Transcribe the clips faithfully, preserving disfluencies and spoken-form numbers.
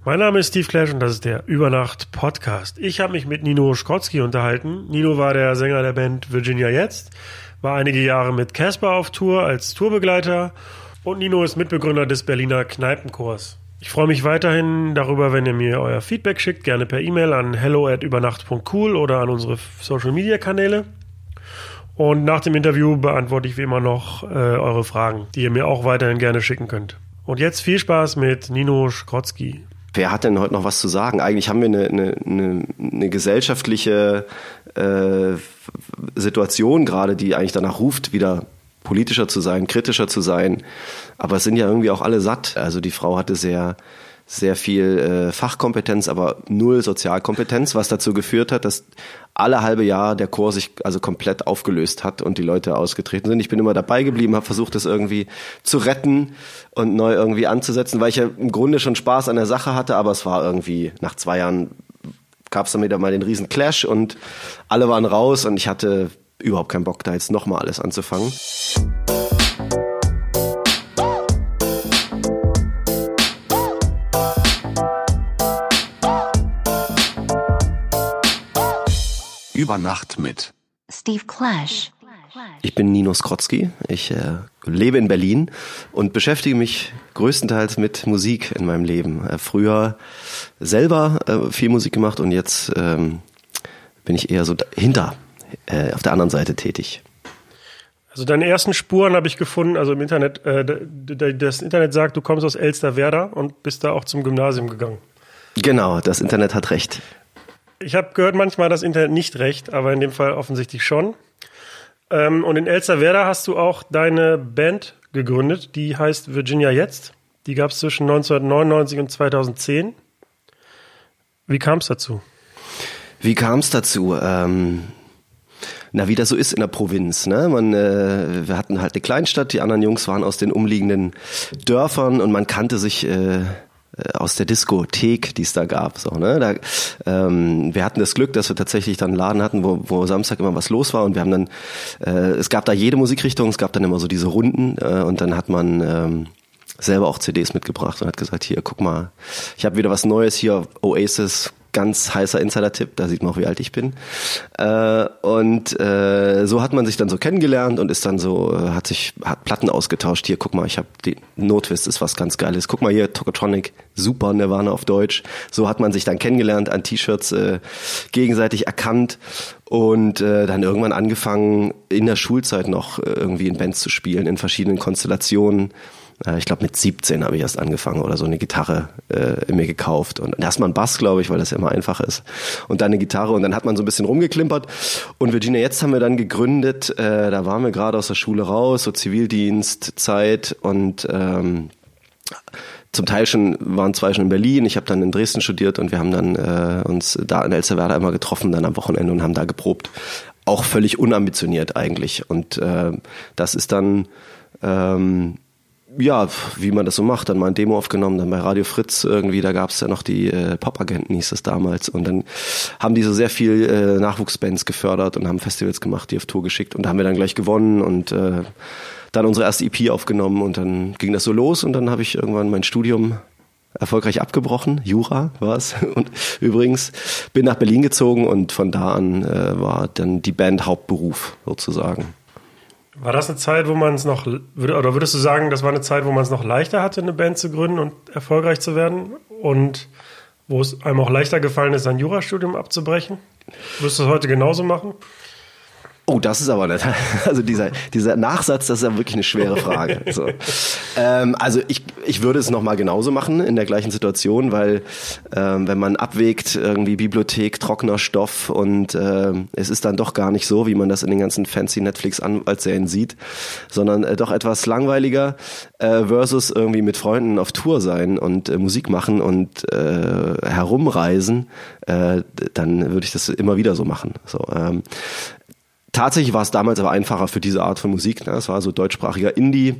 Mein Name ist Steve Clash und das ist der Übernacht-Podcast. Ich habe mich mit Nino Schrotzky unterhalten. Nino war der Sänger der Band Virginia Jetzt, war einige Jahre mit Casper auf Tour als Tourbegleiter und Nino ist Mitbegründer des Berliner Kneipenchors. Ich freue mich weiterhin darüber, wenn ihr mir euer Feedback schickt, gerne per E-Mail an hello at übernacht punkt cool oder an unsere Social-Media-Kanäle. Und nach dem Interview beantworte ich wie immer noch äh, eure Fragen, die ihr mir auch weiterhin gerne schicken könnt. Und jetzt viel Spaß mit Nino Schrotzky. Wer hat denn heute noch was zu sagen? Eigentlich haben wir eine, eine, eine, eine gesellschaftliche äh, Situation gerade, die eigentlich danach ruft, wieder politischer zu sein, kritischer zu sein. Aber es sind ja irgendwie auch alle satt. Also die Frau hatte sehr, sehr viel äh, Fachkompetenz, aber null Sozialkompetenz, was dazu geführt hat, dass alle halbe Jahr der Chor sich also komplett aufgelöst hat und die Leute ausgetreten sind. Ich bin immer dabei geblieben, habe versucht, das irgendwie zu retten und neu irgendwie anzusetzen, weil ich ja im Grunde schon Spaß an der Sache hatte, aber es war irgendwie, nach zwei Jahren gab es dann wieder mal den riesen Clash und alle waren raus und ich hatte überhaupt keinen Bock, da jetzt nochmal alles anzufangen. Über Nacht mit Steve Clash. Ich bin Nino Schrotzky, ich äh, lebe in Berlin und beschäftige mich größtenteils mit Musik in meinem Leben. Äh, früher selber äh, viel Musik gemacht und jetzt ähm, bin ich eher so dahinter, äh, auf der anderen Seite tätig. Also deine ersten Spuren habe ich gefunden, also im Internet, äh, das Internet sagt, du kommst aus Elsterwerda und bist da auch zum Gymnasium gegangen. Genau, das Internet hat recht. Ich habe gehört, manchmal hat das Internet nicht recht, aber in dem Fall offensichtlich schon. Ähm, und in Elsterwerda hast du auch deine Band gegründet, die heißt Virginia Jetzt. Die gab es zwischen neunzehnhundertneunundneunzig und zweitausendzehn. Wie kam es dazu? Wie kam es dazu? Ähm, na, wie das so ist in der Provinz. Ne? Man, äh, wir hatten halt eine Kleinstadt, die anderen Jungs waren aus den umliegenden Dörfern und man kannte sich äh, aus der Diskothek, die es da gab. So, ne? da, ähm, wir hatten das Glück, dass wir tatsächlich dann einen Laden hatten, wo, wo Samstag immer was los war und wir haben dann, äh, es gab da jede Musikrichtung, es gab dann immer so diese Runden äh, und dann hat man ähm, selber auch C Ds mitgebracht und hat gesagt, hier, guck mal, ich habe wieder was Neues hier, Oasis, ganz heißer Insider-Tipp, da sieht man auch, wie alt ich bin. Äh, und äh, so hat man sich dann so kennengelernt und ist dann so, äh, hat sich, hat Platten ausgetauscht. Hier, guck mal, ich habe die No-Twist ist was ganz Geiles. Guck mal hier, Tokotronic, super, Nirvana auf Deutsch. So hat man sich dann kennengelernt, an T-Shirts äh, gegenseitig erkannt und äh, dann irgendwann angefangen, in der Schulzeit noch äh, irgendwie in Bands zu spielen, in verschiedenen Konstellationen. Ich glaube, mit siebzehn habe ich erst angefangen oder so eine Gitarre äh, mir gekauft. Und erstmal einen Bass, glaube ich, weil das ja immer einfach ist. Und dann eine Gitarre und dann hat man so ein bisschen rumgeklimpert. Und Virginia Jetzt haben wir dann gegründet. Äh, da waren wir gerade aus der Schule raus, so Zivildienst, Zeit und ähm, zum Teil schon waren zwei schon in Berlin. Ich habe dann in Dresden studiert und wir haben dann äh, uns da in Elsterwerda immer getroffen, dann am Wochenende und haben da geprobt. Auch völlig unambitioniert eigentlich. Und äh, das ist dann... Ähm, ja, wie man das so macht, dann mal ein Demo aufgenommen, dann bei Radio Fritz irgendwie, da gab es ja noch die äh, Popagenten, hieß es damals und dann haben die so sehr viel äh, Nachwuchsbands gefördert und haben Festivals gemacht, die auf Tour geschickt und da haben wir dann gleich gewonnen und äh, dann unsere erste E P aufgenommen und dann ging das so los und dann habe ich irgendwann mein Studium erfolgreich abgebrochen, Jura war es und übrigens bin nach Berlin gezogen und von da an äh, war dann die Band Hauptberuf sozusagen. War das eine Zeit, wo man es noch, oder würdest du sagen, das war eine Zeit, wo man es noch leichter hatte, eine Band zu gründen und erfolgreich zu werden? Und wo es einem auch leichter gefallen ist, sein Jurastudium abzubrechen? Würdest du das heute genauso machen? Oh, das ist aber nicht. Also dieser, dieser Nachsatz, das ist ja wirklich eine schwere Frage. So. ähm, also ich, ich würde es nochmal genauso machen in der gleichen Situation, weil ähm, wenn man abwägt, irgendwie Bibliothek, trockener Stoff und ähm, es ist dann doch gar nicht so, wie man das in den ganzen fancy Netflix-Anwaltsserien sieht, sondern äh, doch etwas langweiliger äh, versus irgendwie mit Freunden auf Tour sein und äh, Musik machen und äh, herumreisen, äh, dann würde ich das immer wieder so machen. So, ähm, Tatsächlich war es damals aber einfacher für diese Art von Musik. Ne? Es war so deutschsprachiger Indie.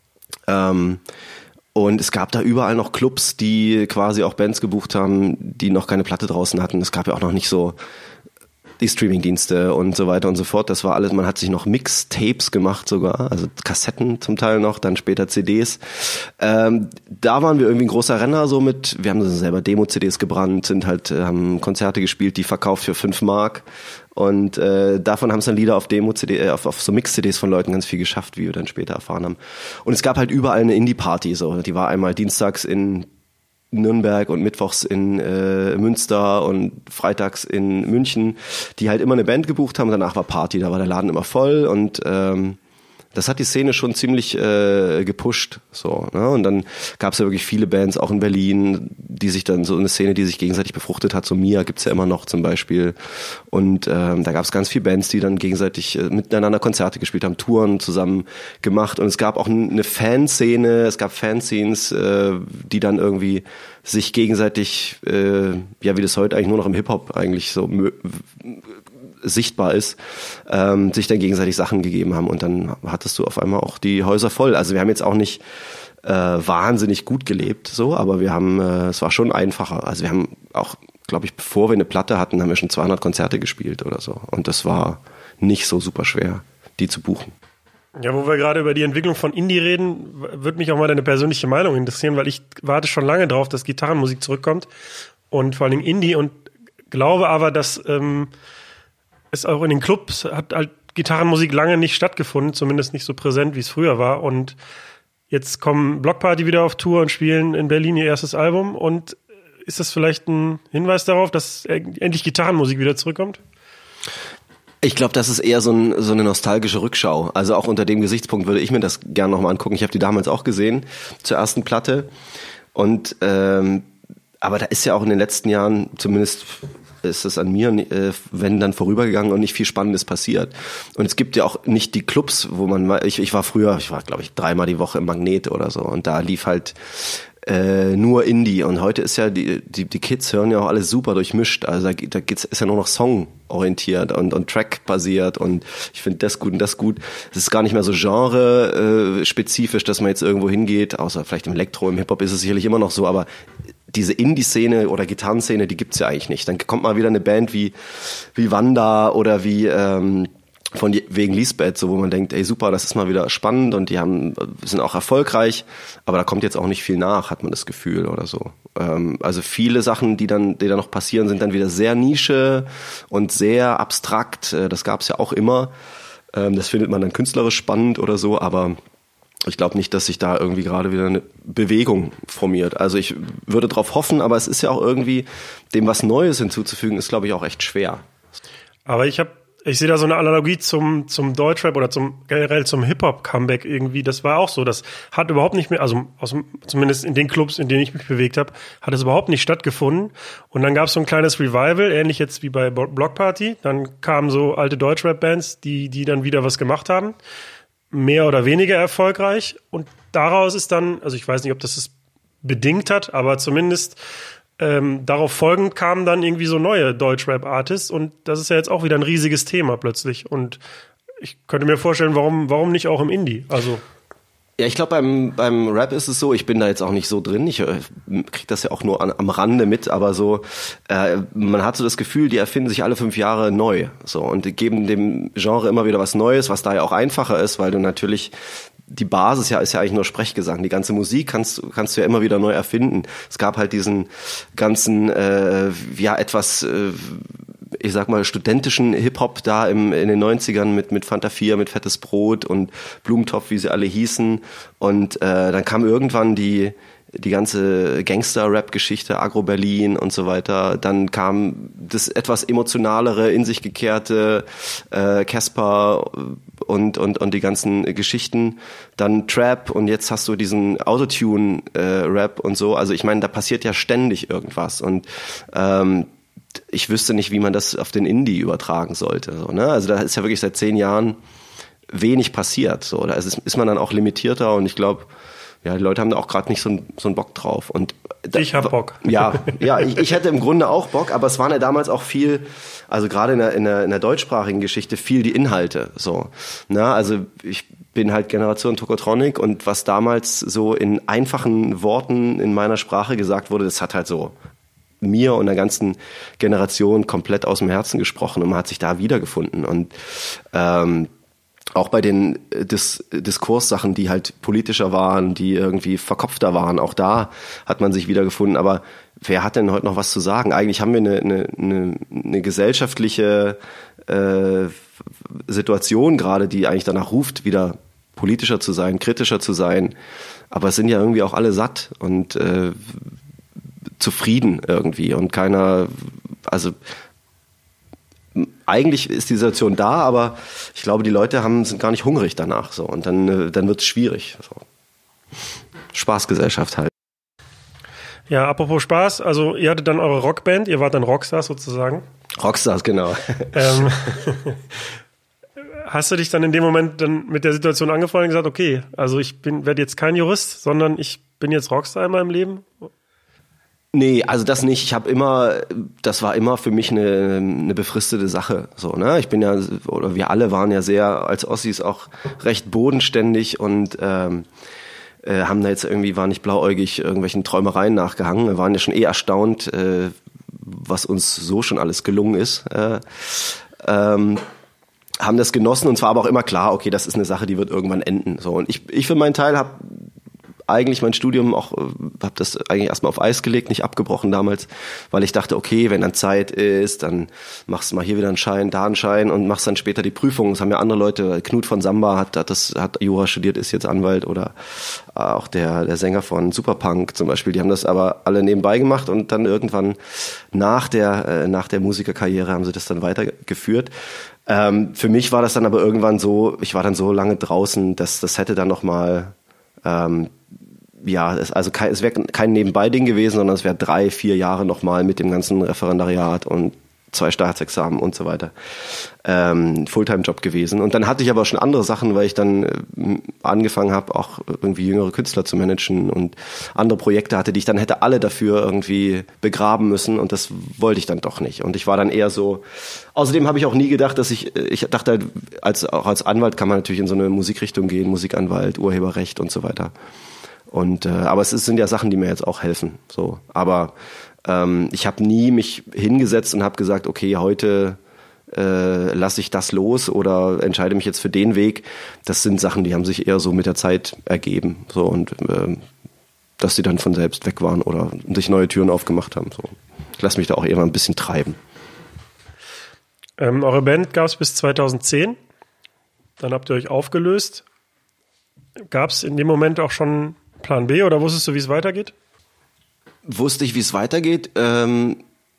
Ähm, und es gab da überall noch Clubs, die quasi auch Bands gebucht haben, die noch keine Platte draußen hatten. Es gab ja auch noch nicht so die Streamingdienste und so weiter und so fort. Das war alles, man hat sich noch Mixtapes gemacht sogar, also Kassetten zum Teil noch, dann später C Ds. Ähm, da waren wir irgendwie ein großer Renner so mit, wir haben selber Demo-C Ds gebrannt, sind halt, haben Konzerte gespielt, die verkauft für fünf Mark. Und äh, davon haben es dann Lieder auf Demo-C D, äh, auf, auf so Mix-C Ds von Leuten ganz viel geschafft, wie wir dann später erfahren haben. Und es gab halt überall eine Indie-Party, so. Die war einmal dienstags in Nürnberg und mittwochs in äh, Münster und freitags in München, die halt immer eine Band gebucht haben. Danach war Party, da war der Laden immer voll und ähm, das hat die Szene schon ziemlich äh, gepusht. So, ne? Und dann gab es ja wirklich viele Bands, auch in Berlin, die sich dann so eine Szene, die sich gegenseitig befruchtet hat. So Mia gibt's ja immer noch zum Beispiel. Und ähm, da gab es ganz viele Bands, die dann gegenseitig äh, miteinander Konzerte gespielt haben, Touren zusammen gemacht. Und es gab auch eine Fanszene, es gab Fanscenes, äh, die dann irgendwie sich gegenseitig, äh, ja wie das heute eigentlich nur noch im Hip-Hop eigentlich so mö- sichtbar ist, ähm, sich dann gegenseitig Sachen gegeben haben und dann hattest du auf einmal auch die Häuser voll. Also wir haben jetzt auch nicht äh, wahnsinnig gut gelebt, so, aber wir haben, äh, es war schon einfacher. Also wir haben auch, glaube ich, bevor wir eine Platte hatten, haben wir schon zweihundert Konzerte gespielt oder so und das war nicht so super schwer, die zu buchen. Ja, wo wir gerade über die Entwicklung von Indie reden, würde mich auch mal deine persönliche Meinung interessieren, weil ich warte schon lange drauf, dass Gitarrenmusik zurückkommt und vor allem Indie und glaube aber, dass ähm, es auch in den Clubs hat halt Gitarrenmusik lange nicht stattgefunden, zumindest nicht so präsent, wie es früher war. Und jetzt kommen Bloc Party wieder auf Tour und spielen in Berlin ihr erstes Album. Und ist das vielleicht ein Hinweis darauf, dass endlich Gitarrenmusik wieder zurückkommt? Ich glaube, das ist eher so, ein, so eine nostalgische Rückschau. Also auch unter dem Gesichtspunkt würde ich mir das gerne nochmal angucken. Ich habe die damals auch gesehen, zur ersten Platte. Und ähm, aber da ist ja auch in den letzten Jahren, zumindest ist es an mir, äh, wenn dann vorübergegangen und nicht viel Spannendes passiert. Und es gibt ja auch nicht die Clubs, wo man, ich, ich war früher, ich war glaube ich dreimal die Woche im Magnet oder so und da lief halt äh, nur Indie und heute ist ja, die, die, die Kids hören ja auch alles super durchmischt, also da, da geht's, ist ja nur noch songorientiert und, und Track-basiert und ich finde das gut und das gut. Es ist gar nicht mehr so genre-spezifisch, dass man jetzt irgendwo hingeht, außer vielleicht im Elektro, im Hip-Hop ist es sicherlich immer noch so, aber diese Indie-Szene oder Gitarrenszene, die gibt's ja eigentlich nicht. Dann kommt mal wieder eine Band wie wie Wanda oder wie ähm, von wegen Lisbeth, so wo man denkt, ey super, das ist mal wieder spannend und die haben sind auch erfolgreich, aber da kommt jetzt auch nicht viel nach, hat man das Gefühl oder so. Ähm, also viele Sachen, die dann die dann noch passieren, sind dann wieder sehr Nische und sehr abstrakt. Das gab's ja auch immer. Ähm, das findet man dann künstlerisch spannend oder so, aber ich glaube nicht, dass sich da irgendwie gerade wieder eine Bewegung formiert. Also ich würde drauf hoffen, aber es ist ja auch irgendwie, dem was Neues hinzuzufügen, ist, glaube ich, auch echt schwer. Aber ich habe, ich sehe da so eine Analogie zum zum Deutschrap oder zum generell zum Hip-Hop-Comeback irgendwie. Das war auch so. Das hat überhaupt nicht mehr, also aus, zumindest in den Clubs, in denen ich mich bewegt habe, hat es überhaupt nicht stattgefunden. Und dann gab es so ein kleines Revival, ähnlich jetzt wie bei Bloc Party. Dann kamen so alte Deutschrap-Bands, die die dann wieder was gemacht haben. Mehr oder weniger erfolgreich und daraus ist dann, also ich weiß nicht, ob das es bedingt hat, aber zumindest ähm, darauf folgend kamen dann irgendwie so neue Deutschrap-Artists und das ist ja jetzt auch wieder ein riesiges Thema plötzlich und ich könnte mir vorstellen, warum, warum nicht auch im Indie, also... Ja, ich glaube, beim beim Rap ist es so, ich bin da jetzt auch nicht so drin, ich äh, kriege das ja auch nur an, am Rande mit, aber so, äh, man hat so das Gefühl, die erfinden sich alle fünf Jahre neu so und die geben dem Genre immer wieder was Neues, was da ja auch einfacher ist, weil du natürlich, die Basis ja ist ja eigentlich nur Sprechgesang, die ganze Musik kannst, kannst du ja immer wieder neu erfinden. Es gab halt diesen ganzen, äh, ja, etwas... Äh, ich sag mal, studentischen Hip-Hop da im, in den neunzigern mit, mit Fanta vier, mit Fettes Brot und Blumentopf, wie sie alle hießen. Und äh, dann kam irgendwann die, die ganze Gangster-Rap-Geschichte, Agro-Berlin und so weiter. Dann kam das etwas emotionalere, in sich gekehrte äh, Casper und, und, und die ganzen Geschichten. Dann Trap und jetzt hast du diesen Autotune-Rap und so. Also ich meine, da passiert ja ständig irgendwas. Und ähm, ich wüsste nicht, wie man das auf den Indie übertragen sollte. So, ne? Also da ist ja wirklich seit zehn Jahren wenig passiert. So. Da ist, ist man dann auch limitierter und ich glaube, ja, die Leute haben da auch gerade nicht so einen so einen Bock drauf. Und da, ich hab Bock. Ja, ja ich, ich hätte im Grunde auch Bock, aber es waren ja damals auch viel, also gerade in der, in der, in der deutschsprachigen Geschichte, viel die Inhalte. So. Na, also ich bin halt Generation Tokotronic und was damals so in einfachen Worten in meiner Sprache gesagt wurde, das hat halt so mir und der ganzen Generation komplett aus dem Herzen gesprochen und man hat sich da wiedergefunden. Und ähm, auch bei den Dis- Diskurssachen, die halt politischer waren, die irgendwie verkopfter waren, auch da hat man sich wiedergefunden. Aber wer hat denn heute noch was zu sagen? Eigentlich haben wir eine, eine, eine, eine gesellschaftliche äh, Situation gerade, die eigentlich danach ruft, wieder politischer zu sein, kritischer zu sein. Aber es sind ja irgendwie auch alle satt und äh, zufrieden irgendwie und keiner, also eigentlich ist die Situation da, aber ich glaube, die Leute haben, sind gar nicht hungrig danach so und dann, dann wird es schwierig. So. Spaßgesellschaft halt. Ja, apropos Spaß, also ihr hattet dann eure Rockband, ihr wart dann Rockstars sozusagen. Rockstars, genau. Ähm, hast du dich dann in dem Moment dann mit der Situation angefreundet und gesagt, okay, also ich bin werde jetzt kein Jurist, sondern ich bin jetzt Rockstar in meinem Leben? Nee, also das nicht. Ich habe immer, das war immer für mich eine, eine befristete Sache. So, ne? Ich bin ja, oder wir alle waren ja sehr als Ossis auch recht bodenständig und ähm, äh, haben da jetzt irgendwie, waren nicht blauäugig irgendwelchen Träumereien nachgehangen. Wir waren ja schon eh erstaunt, äh, was uns so schon alles gelungen ist. Äh, ähm, haben das genossen und zwar aber auch immer klar, okay, das ist eine Sache, die wird irgendwann enden. So, und ich, ich für meinen Teil habe eigentlich mein Studium auch, habe das eigentlich erstmal auf Eis gelegt, nicht abgebrochen damals, weil ich dachte, okay, wenn dann Zeit ist, dann machst du mal hier wieder einen Schein, da einen Schein und machst dann später die Prüfung. Das haben ja andere Leute, Knut von Samba hat, hat das, hat Jura studiert, ist jetzt Anwalt oder auch der, der Sänger von Superpunk zum Beispiel, die haben das aber alle nebenbei gemacht und dann irgendwann nach der, nach der Musikerkarriere haben sie das dann weitergeführt. Ähm, für mich war das dann aber irgendwann so, ich war dann so lange draußen, dass das hätte dann nochmal, ähm, ja, es, also kein, es wäre kein Nebenbei-Ding gewesen, sondern es wäre drei, vier Jahre nochmal mit dem ganzen Referendariat und zwei Staatsexamen und so weiter ähm, Fulltime-Job gewesen. Und dann hatte ich aber schon andere Sachen, weil ich dann äh, angefangen habe, auch irgendwie jüngere Künstler zu managen und andere Projekte hatte, die ich dann hätte alle dafür irgendwie begraben müssen und das wollte ich dann doch nicht. Und ich war dann eher so, außerdem habe ich auch nie gedacht, dass ich, ich dachte halt, als, auch als Anwalt kann man natürlich in so eine Musikrichtung gehen, Musikanwalt, Urheberrecht und so weiter. Und äh, aber es ist, sind ja Sachen, die mir jetzt auch helfen. So, aber ähm, ich habe nie mich hingesetzt und habe gesagt, okay, heute äh, lasse ich das los oder entscheide mich jetzt für den Weg. Das sind Sachen, die haben sich eher so mit der Zeit ergeben. So und äh, dass sie dann von selbst weg waren oder sich neue Türen aufgemacht haben. So, ich lasse mich da auch eher mal ein bisschen treiben. Ähm, eure Band gab es bis zweitausendzehn. Dann habt ihr euch aufgelöst. Gab es in dem Moment auch schon Plan B oder wusstest du, wie es weitergeht? Wusste ich, wie es weitergeht? Ähm,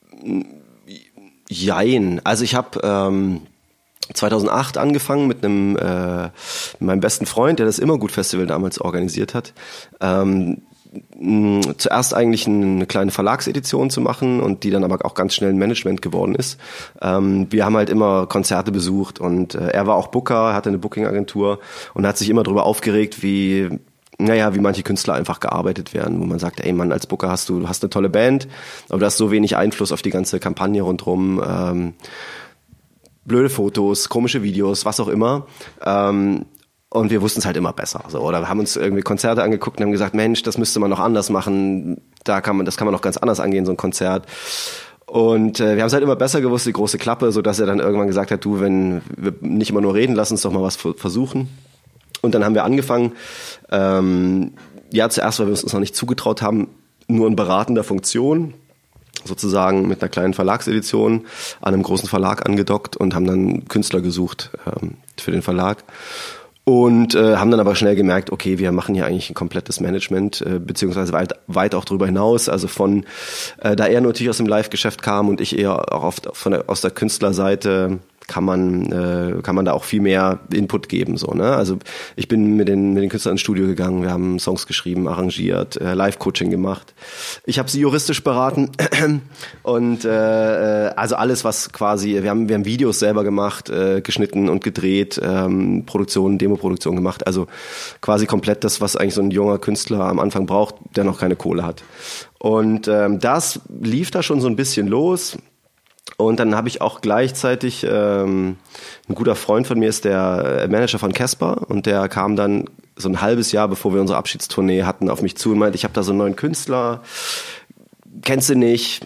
jein. Also ich habe ähm, zweitausendacht angefangen mit einem äh, meinem besten Freund, der das Immergut-Festival damals organisiert hat. Ähm, mh, zuerst eigentlich eine kleine Verlagsedition zu machen und die dann aber auch ganz schnell ein Management geworden ist. Ähm, wir haben halt immer Konzerte besucht und äh, er war auch Booker, hatte eine Booking-Agentur und hat sich immer darüber aufgeregt, wie naja, wie manche Künstler einfach gearbeitet werden, wo man sagt, ey Mann, als Booker hast du, du hast eine tolle Band, aber du hast so wenig Einfluss auf die ganze Kampagne rundherum, ähm, blöde Fotos, komische Videos, was auch immer, ähm, und wir wussten es halt immer besser, so, oder wir haben uns irgendwie Konzerte angeguckt und haben gesagt, Mensch, das müsste man noch anders machen, da kann man, das kann man noch ganz anders angehen, so ein Konzert. Und äh, wir haben es halt immer besser gewusst, die große Klappe, so dass er dann irgendwann gesagt hat, du, wenn wir nicht immer nur reden, lass uns doch mal was versuchen. Und dann haben wir angefangen, ähm, ja zuerst, weil wir uns noch nicht zugetraut haben, nur in beratender Funktion, sozusagen mit einer kleinen Verlagsedition an einem großen Verlag angedockt und haben dann Künstler gesucht ähm, für den Verlag. Und äh, haben dann aber schnell gemerkt, okay, wir machen hier eigentlich ein komplettes Management, äh, beziehungsweise weit, weit auch darüber hinaus. Also von, äh, da er natürlich aus dem Live-Geschäft kam und ich eher auch oft von der, aus der Künstlerseite, kann man äh, kann man da auch viel mehr Input geben, so, ne? Also ich bin mit den mit den Künstlern ins Studio gegangen, wir haben Songs geschrieben, arrangiert, äh, Live-Coaching gemacht. Ich habe sie juristisch beraten und äh, also alles, was quasi, wir haben wir haben Videos selber gemacht, äh, geschnitten und gedreht, ähm, Produktion, Demoproduktion gemacht, also quasi komplett das, was eigentlich so ein junger Künstler am Anfang braucht, der noch keine Kohle hat. Und ähm, das lief da schon so ein bisschen los. Und dann habe ich auch gleichzeitig, ähm, ein guter Freund von mir ist der Manager von Casper und der kam dann so ein halbes Jahr, bevor wir unsere Abschiedstournee hatten, auf mich zu und meinte, ich habe da so einen neuen Künstler, kennst du nicht,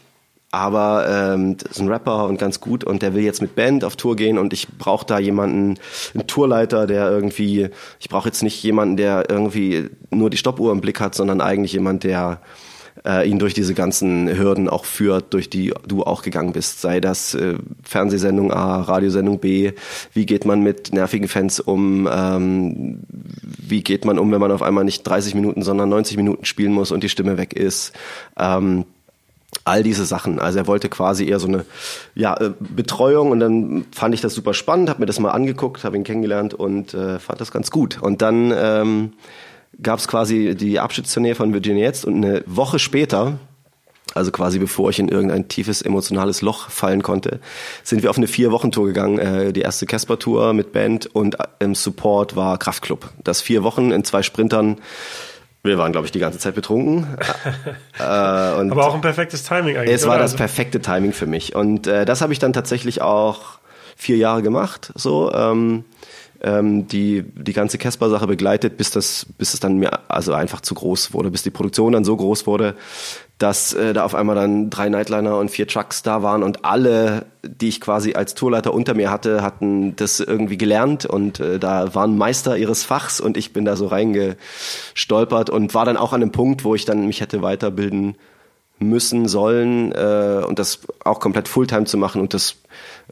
aber ähm, das ist ein Rapper und ganz gut und der will jetzt mit Band auf Tour gehen und ich brauche da jemanden, einen Tourleiter, der irgendwie, ich brauche jetzt nicht jemanden, der irgendwie nur die Stoppuhr im Blick hat, sondern eigentlich jemand, der äh, ihn durch diese ganzen Hürden auch führt, durch die du auch gegangen bist. Sei das äh, Fernsehsendung A, Radiosendung B, wie geht man mit nervigen Fans um, ähm, wie geht man um, wenn man auf einmal nicht dreißig Minuten, sondern neunzig Minuten spielen muss und die Stimme weg ist. Ähm, All diese Sachen. Also er wollte quasi eher so eine ja, Betreuung und dann fand ich das super spannend, habe mir das mal angeguckt, habe ihn kennengelernt und äh, fand das ganz gut. Und dann ähm, gab es quasi die Abschiedstournee von Virginia Jetzt und eine Woche später, also quasi bevor ich in irgendein tiefes emotionales Loch fallen konnte, sind wir auf eine Vier-Wochen-Tour gegangen. Äh, die erste Casper-Tour mit Band und im Support war Kraftklub. Das vier Wochen in zwei Sprintern. Wir waren, glaube ich, die ganze Zeit betrunken. äh, und aber auch ein perfektes Timing eigentlich. Es war oder? das perfekte Timing für mich. Und äh, das habe ich dann tatsächlich auch vier Jahre gemacht. So ähm, ähm, die die ganze Casper-Sache begleitet, bis das bis es dann mir also einfach zu groß wurde, bis die Produktion dann so groß wurde, dass äh, da auf einmal dann drei Nightliner und vier Trucks da waren und alle, die ich quasi als Tourleiter unter mir hatte, hatten das irgendwie gelernt und äh, da waren Meister ihres Fachs und ich bin da so reingestolpert und war dann auch an einem Punkt, wo ich dann mich hätte weiterbilden müssen, sollen äh, und das auch komplett Fulltime zu machen und das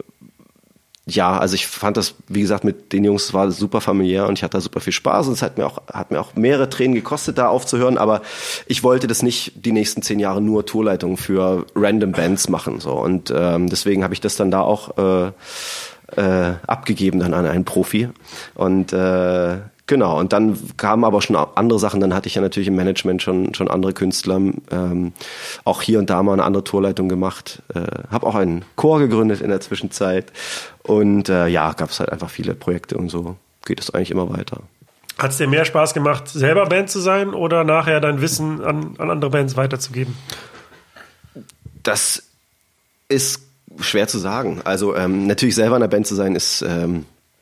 ja, also ich fand das, wie gesagt, mit den Jungs war super familiär und ich hatte da super viel Spaß und es hat mir auch, hat mir auch mehrere Tränen gekostet, da aufzuhören, aber ich wollte das nicht die nächsten zehn Jahre nur Tourleitung für random Bands machen, so und ähm, deswegen habe ich das dann da auch äh, äh, abgegeben dann an einen Profi und äh, genau, und dann kamen aber schon andere Sachen, dann hatte ich ja natürlich im Management schon schon andere Künstler, ähm, auch hier und da mal eine andere Tourleitung gemacht, äh, habe auch einen Chor gegründet in der Zwischenzeit und äh, ja, gab es halt einfach viele Projekte und so geht es eigentlich immer weiter. Hat es dir mehr Spaß gemacht, selber Band zu sein oder nachher dein Wissen an, an andere Bands weiterzugeben? Das ist schwer zu sagen. Also ähm, natürlich selber in einer Band zu sein ist ähm,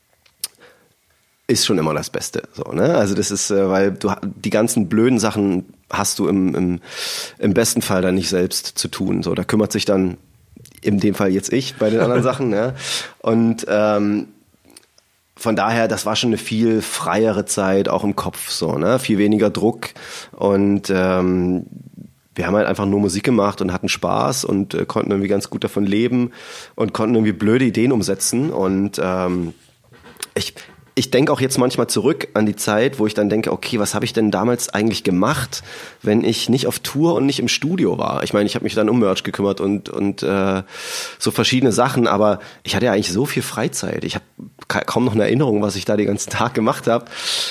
ist schon immer das Beste, so, ne? Also das ist, äh, weil du die ganzen blöden Sachen hast du im, im im besten Fall dann nicht selbst zu tun, so, da kümmert sich dann in dem Fall jetzt ich bei den anderen Sachen, ne? Und ähm, von daher, das war schon eine viel freiere Zeit, auch im Kopf, so, ne? Viel weniger Druck und ähm, wir haben halt einfach nur Musik gemacht und hatten Spaß und äh, konnten irgendwie ganz gut davon leben und konnten irgendwie blöde Ideen umsetzen und ähm, ich Ich denke auch jetzt manchmal zurück an die Zeit, wo ich dann denke, okay, was habe ich denn damals eigentlich gemacht, wenn ich nicht auf Tour und nicht im Studio war? Ich meine, ich habe mich dann um Merch gekümmert und und äh, so verschiedene Sachen, aber ich hatte ja eigentlich so viel Freizeit. Ich habe kaum noch eine Erinnerung, was ich da den ganzen Tag gemacht habe.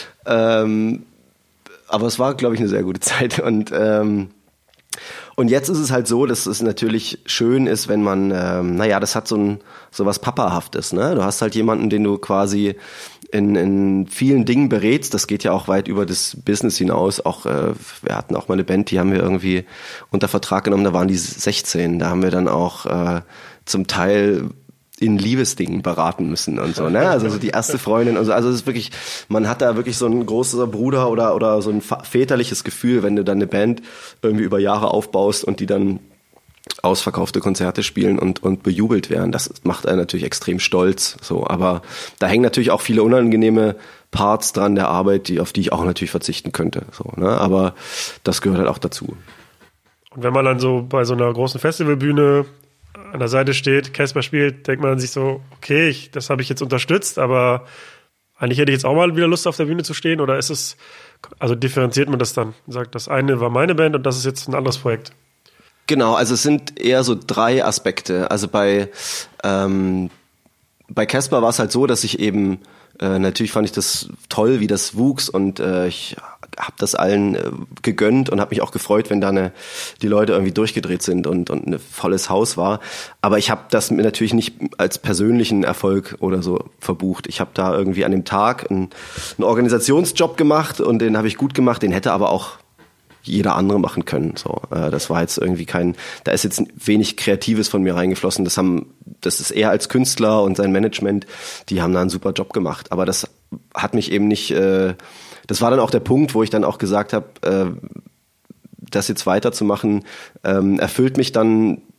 Ähm, aber es war, glaube ich, eine sehr gute Zeit und ähm, Und jetzt ist es halt so, dass es natürlich schön ist, wenn man, ähm, naja, das hat so ein so was Papahaftes, ne? Du hast halt jemanden, den du quasi in, in vielen Dingen berätst. Das geht ja auch weit über das Business hinaus. Auch äh, wir hatten auch mal eine Band, die haben wir irgendwie unter Vertrag genommen. Da waren die sechzehn. Da haben wir dann auch äh, zum Teil in Liebesdingen beraten müssen und so, ne? Also so die erste Freundin und so. Also es ist wirklich, man hat da wirklich so ein großer Bruder oder oder so ein väterliches Gefühl, wenn du dann eine Band irgendwie über Jahre aufbaust und die dann ausverkaufte Konzerte spielen und und bejubelt werden. Das macht einen natürlich extrem stolz, so. Aber da hängen natürlich auch viele unangenehme Parts dran der Arbeit, die auf die ich auch natürlich verzichten könnte, so, ne? Aber das gehört halt auch dazu. Und wenn man dann so bei so einer großen Festivalbühne an der Seite steht, Casper spielt, denkt man sich so, okay, ich, das habe ich jetzt unterstützt, aber eigentlich hätte ich jetzt auch mal wieder Lust auf der Bühne zu stehen, oder ist es, also differenziert man das dann? Sagt, das eine war meine Band und das ist jetzt ein anderes Projekt. Genau, also es sind eher so drei Aspekte. Also bei ähm, bei Casper war es halt so, dass ich eben äh, natürlich fand ich das toll, wie das wuchs und äh, ich habe das allen äh, gegönnt und habe mich auch gefreut, wenn da eine, die Leute irgendwie durchgedreht sind und und ein volles Haus war. Aber ich habe das mir natürlich nicht als persönlichen Erfolg oder so verbucht. Ich habe da irgendwie an dem Tag einen, einen Organisationsjob gemacht und den habe ich gut gemacht. Den hätte aber auch jeder andere machen können. So, äh, das war jetzt irgendwie kein, da ist jetzt wenig Kreatives von mir reingeflossen. Das haben, das ist er als Künstler und sein Management, die haben da einen super Job gemacht. Aber das hat mich eben nicht. Äh, das war dann auch der Punkt, wo ich dann auch gesagt habe, äh, das jetzt weiterzumachen, ähm, erfüllt mich dann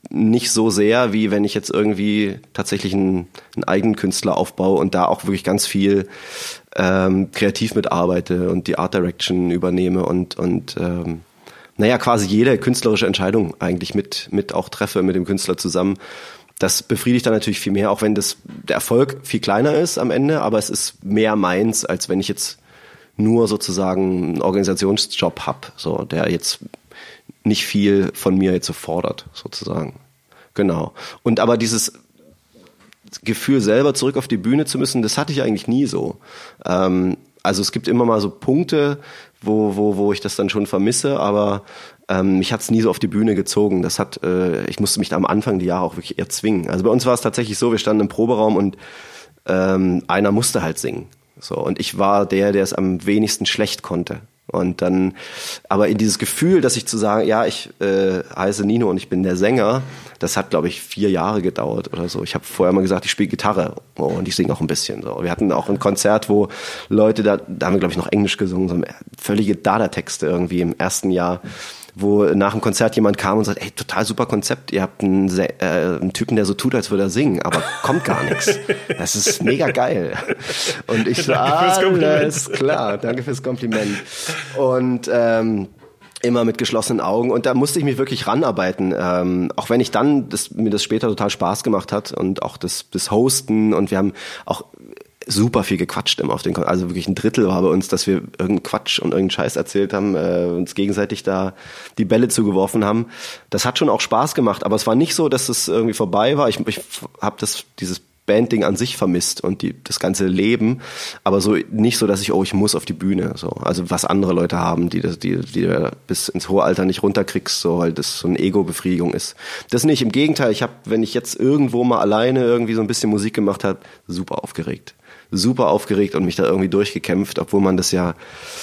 nicht so sehr, wie wenn ich jetzt irgendwie tatsächlich einen, einen eigenen Künstler aufbaue und da auch wirklich ganz viel ähm, kreativ mitarbeite und die Art Direction übernehme und, und ähm, naja, quasi jede künstlerische Entscheidung eigentlich mit, mit auch treffe mit dem Künstler zusammen. Das befriedigt dann natürlich viel mehr, auch wenn das, der Erfolg viel kleiner ist am Ende, aber es ist mehr meins, als wenn ich jetzt nur sozusagen einen Organisationsjob habe, so, der jetzt nicht viel von mir jetzt so fordert, sozusagen. Genau. Und aber dieses Gefühl, selber zurück auf die Bühne zu müssen, das hatte ich eigentlich nie so. Ähm, also es gibt immer mal so Punkte, wo, wo, wo ich das dann schon vermisse, aber ähm, mich hat es nie so auf die Bühne gezogen. Das hat, äh, ich musste mich da am Anfang die Jahre auch wirklich erzwingen. Also bei uns war es tatsächlich so, wir standen im Proberaum und ähm, einer musste halt singen. So, und ich war der, der es am wenigsten schlecht konnte. Und dann, aber in dieses Gefühl, dass ich zu sagen, ja, ich äh, heiße Nino und ich bin der Sänger, das hat, glaube ich, vier Jahre gedauert oder so. Ich habe vorher mal gesagt, ich spiele Gitarre oh, und ich singe auch ein bisschen. So. Wir hatten auch ein Konzert, wo Leute, da, da haben wir, glaube ich, noch Englisch gesungen, so völlige Dada-Texte irgendwie im ersten Jahr, wo nach dem Konzert jemand kam und sagt, ey, total super Konzept, ihr habt einen, äh, einen Typen, der so tut, als würde er singen, aber kommt gar nichts. Das ist mega geil. Und ich so, alles klar, danke fürs Kompliment. Und ähm, immer mit geschlossenen Augen. Und da musste ich mich wirklich ranarbeiten. Ähm, auch wenn ich dann, das, mir das später total Spaß gemacht hat und auch das, das Hosten und wir haben auch super viel gequatscht immer auf den Kon- also wirklich ein Drittel war bei uns, dass wir irgendeinen Quatsch und irgendeinen Scheiß erzählt haben, äh, uns gegenseitig da die Bälle zugeworfen haben. Das hat schon auch Spaß gemacht, aber es war nicht so, dass es irgendwie vorbei war. Ich, ich habe das dieses Bandding an sich vermisst und die, das ganze Leben, aber so nicht so, dass ich, oh, ich muss auf die Bühne, so. Also was andere Leute haben, die das, die, die du bis ins hohe Alter nicht runterkriegst, so, weil das so eine Ego-Befriedigung ist. Das nicht, im Gegenteil, ich habe, wenn ich jetzt irgendwo mal alleine irgendwie so ein bisschen Musik gemacht habe, super aufgeregt. super aufgeregt und mich da irgendwie durchgekämpft, obwohl man das ja,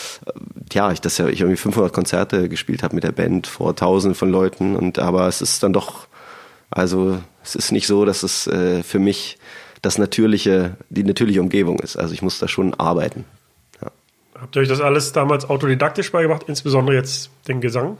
ja, ich das ja, ich irgendwie fünfhundert Konzerte gespielt habe mit der Band vor Tausenden von Leuten und aber es ist dann doch, also es ist nicht so, dass es äh, für mich das natürliche, die natürliche Umgebung ist. Also ich muss da schon arbeiten. Ja. Habt ihr euch das alles damals autodidaktisch beigebracht, insbesondere jetzt den Gesang?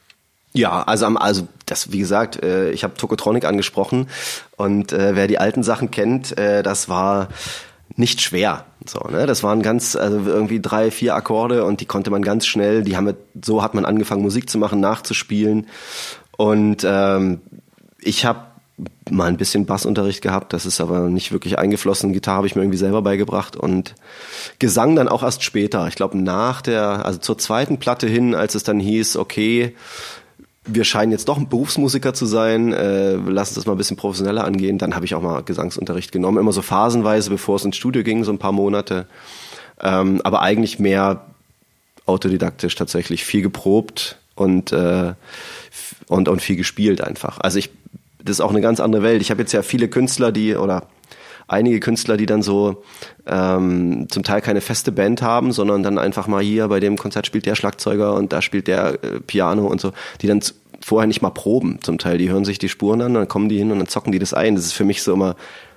Ja, also am, also das, wie gesagt, äh, ich habe Tokotronic angesprochen und äh, wer die alten Sachen kennt, äh, das war nicht schwer. So, ne? Das waren ganz, also irgendwie drei, vier Akkorde und die konnte man ganz schnell, die haben wir, so hat man angefangen Musik zu machen, nachzuspielen und ähm, ich habe mal ein bisschen Bassunterricht gehabt, das ist aber nicht wirklich eingeflossen. Gitarre habe ich mir irgendwie selber beigebracht und Gesang dann auch erst später. Ich glaube nach der, also zur zweiten Platte hin, als es dann hieß, okay, wir scheinen jetzt doch Berufsmusiker zu sein, äh, lass uns das mal ein bisschen professioneller angehen. Dann habe ich auch mal Gesangsunterricht genommen, immer so phasenweise, bevor es ins Studio ging, so ein paar Monate. Ähm, aber eigentlich mehr autodidaktisch tatsächlich, viel geprobt und, äh, und, und viel gespielt einfach. Also ich, das ist auch eine ganz andere Welt. Ich habe jetzt ja viele Künstler, die, oder einige Künstler, die dann so ähm, zum Teil keine feste Band haben, sondern dann einfach mal hier bei dem Konzert spielt der Schlagzeuger und da spielt der äh, Piano und so, die dann z- vorher nicht mal proben zum Teil. Die hören sich die Spuren an, dann kommen die hin und dann zocken die das ein. Das ist für mich so immer,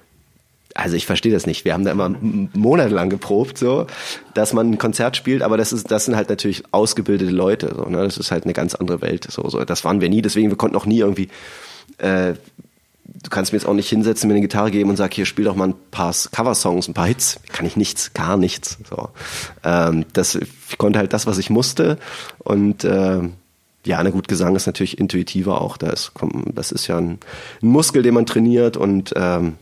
also ich verstehe das nicht. Wir haben da immer m- monatelang geprobt, so, dass man ein Konzert spielt, aber das ist, das sind halt natürlich ausgebildete Leute, so, ne? Das ist halt eine ganz andere Welt. So, so. Das waren wir nie, deswegen, wir konnten auch nie irgendwie äh, du kannst mir jetzt auch nicht hinsetzen, mir eine Gitarre geben und sagen, hier, spiel doch mal ein paar Coversongs, ein paar Hits. Kann ich nichts, gar nichts. So. Ähm, das, ich konnte halt das, was ich musste. Und äh, ja, na gut, Gesang ist natürlich intuitiver auch. Da ist, das ist ja ein, ein Muskel, den man trainiert. Und ähm,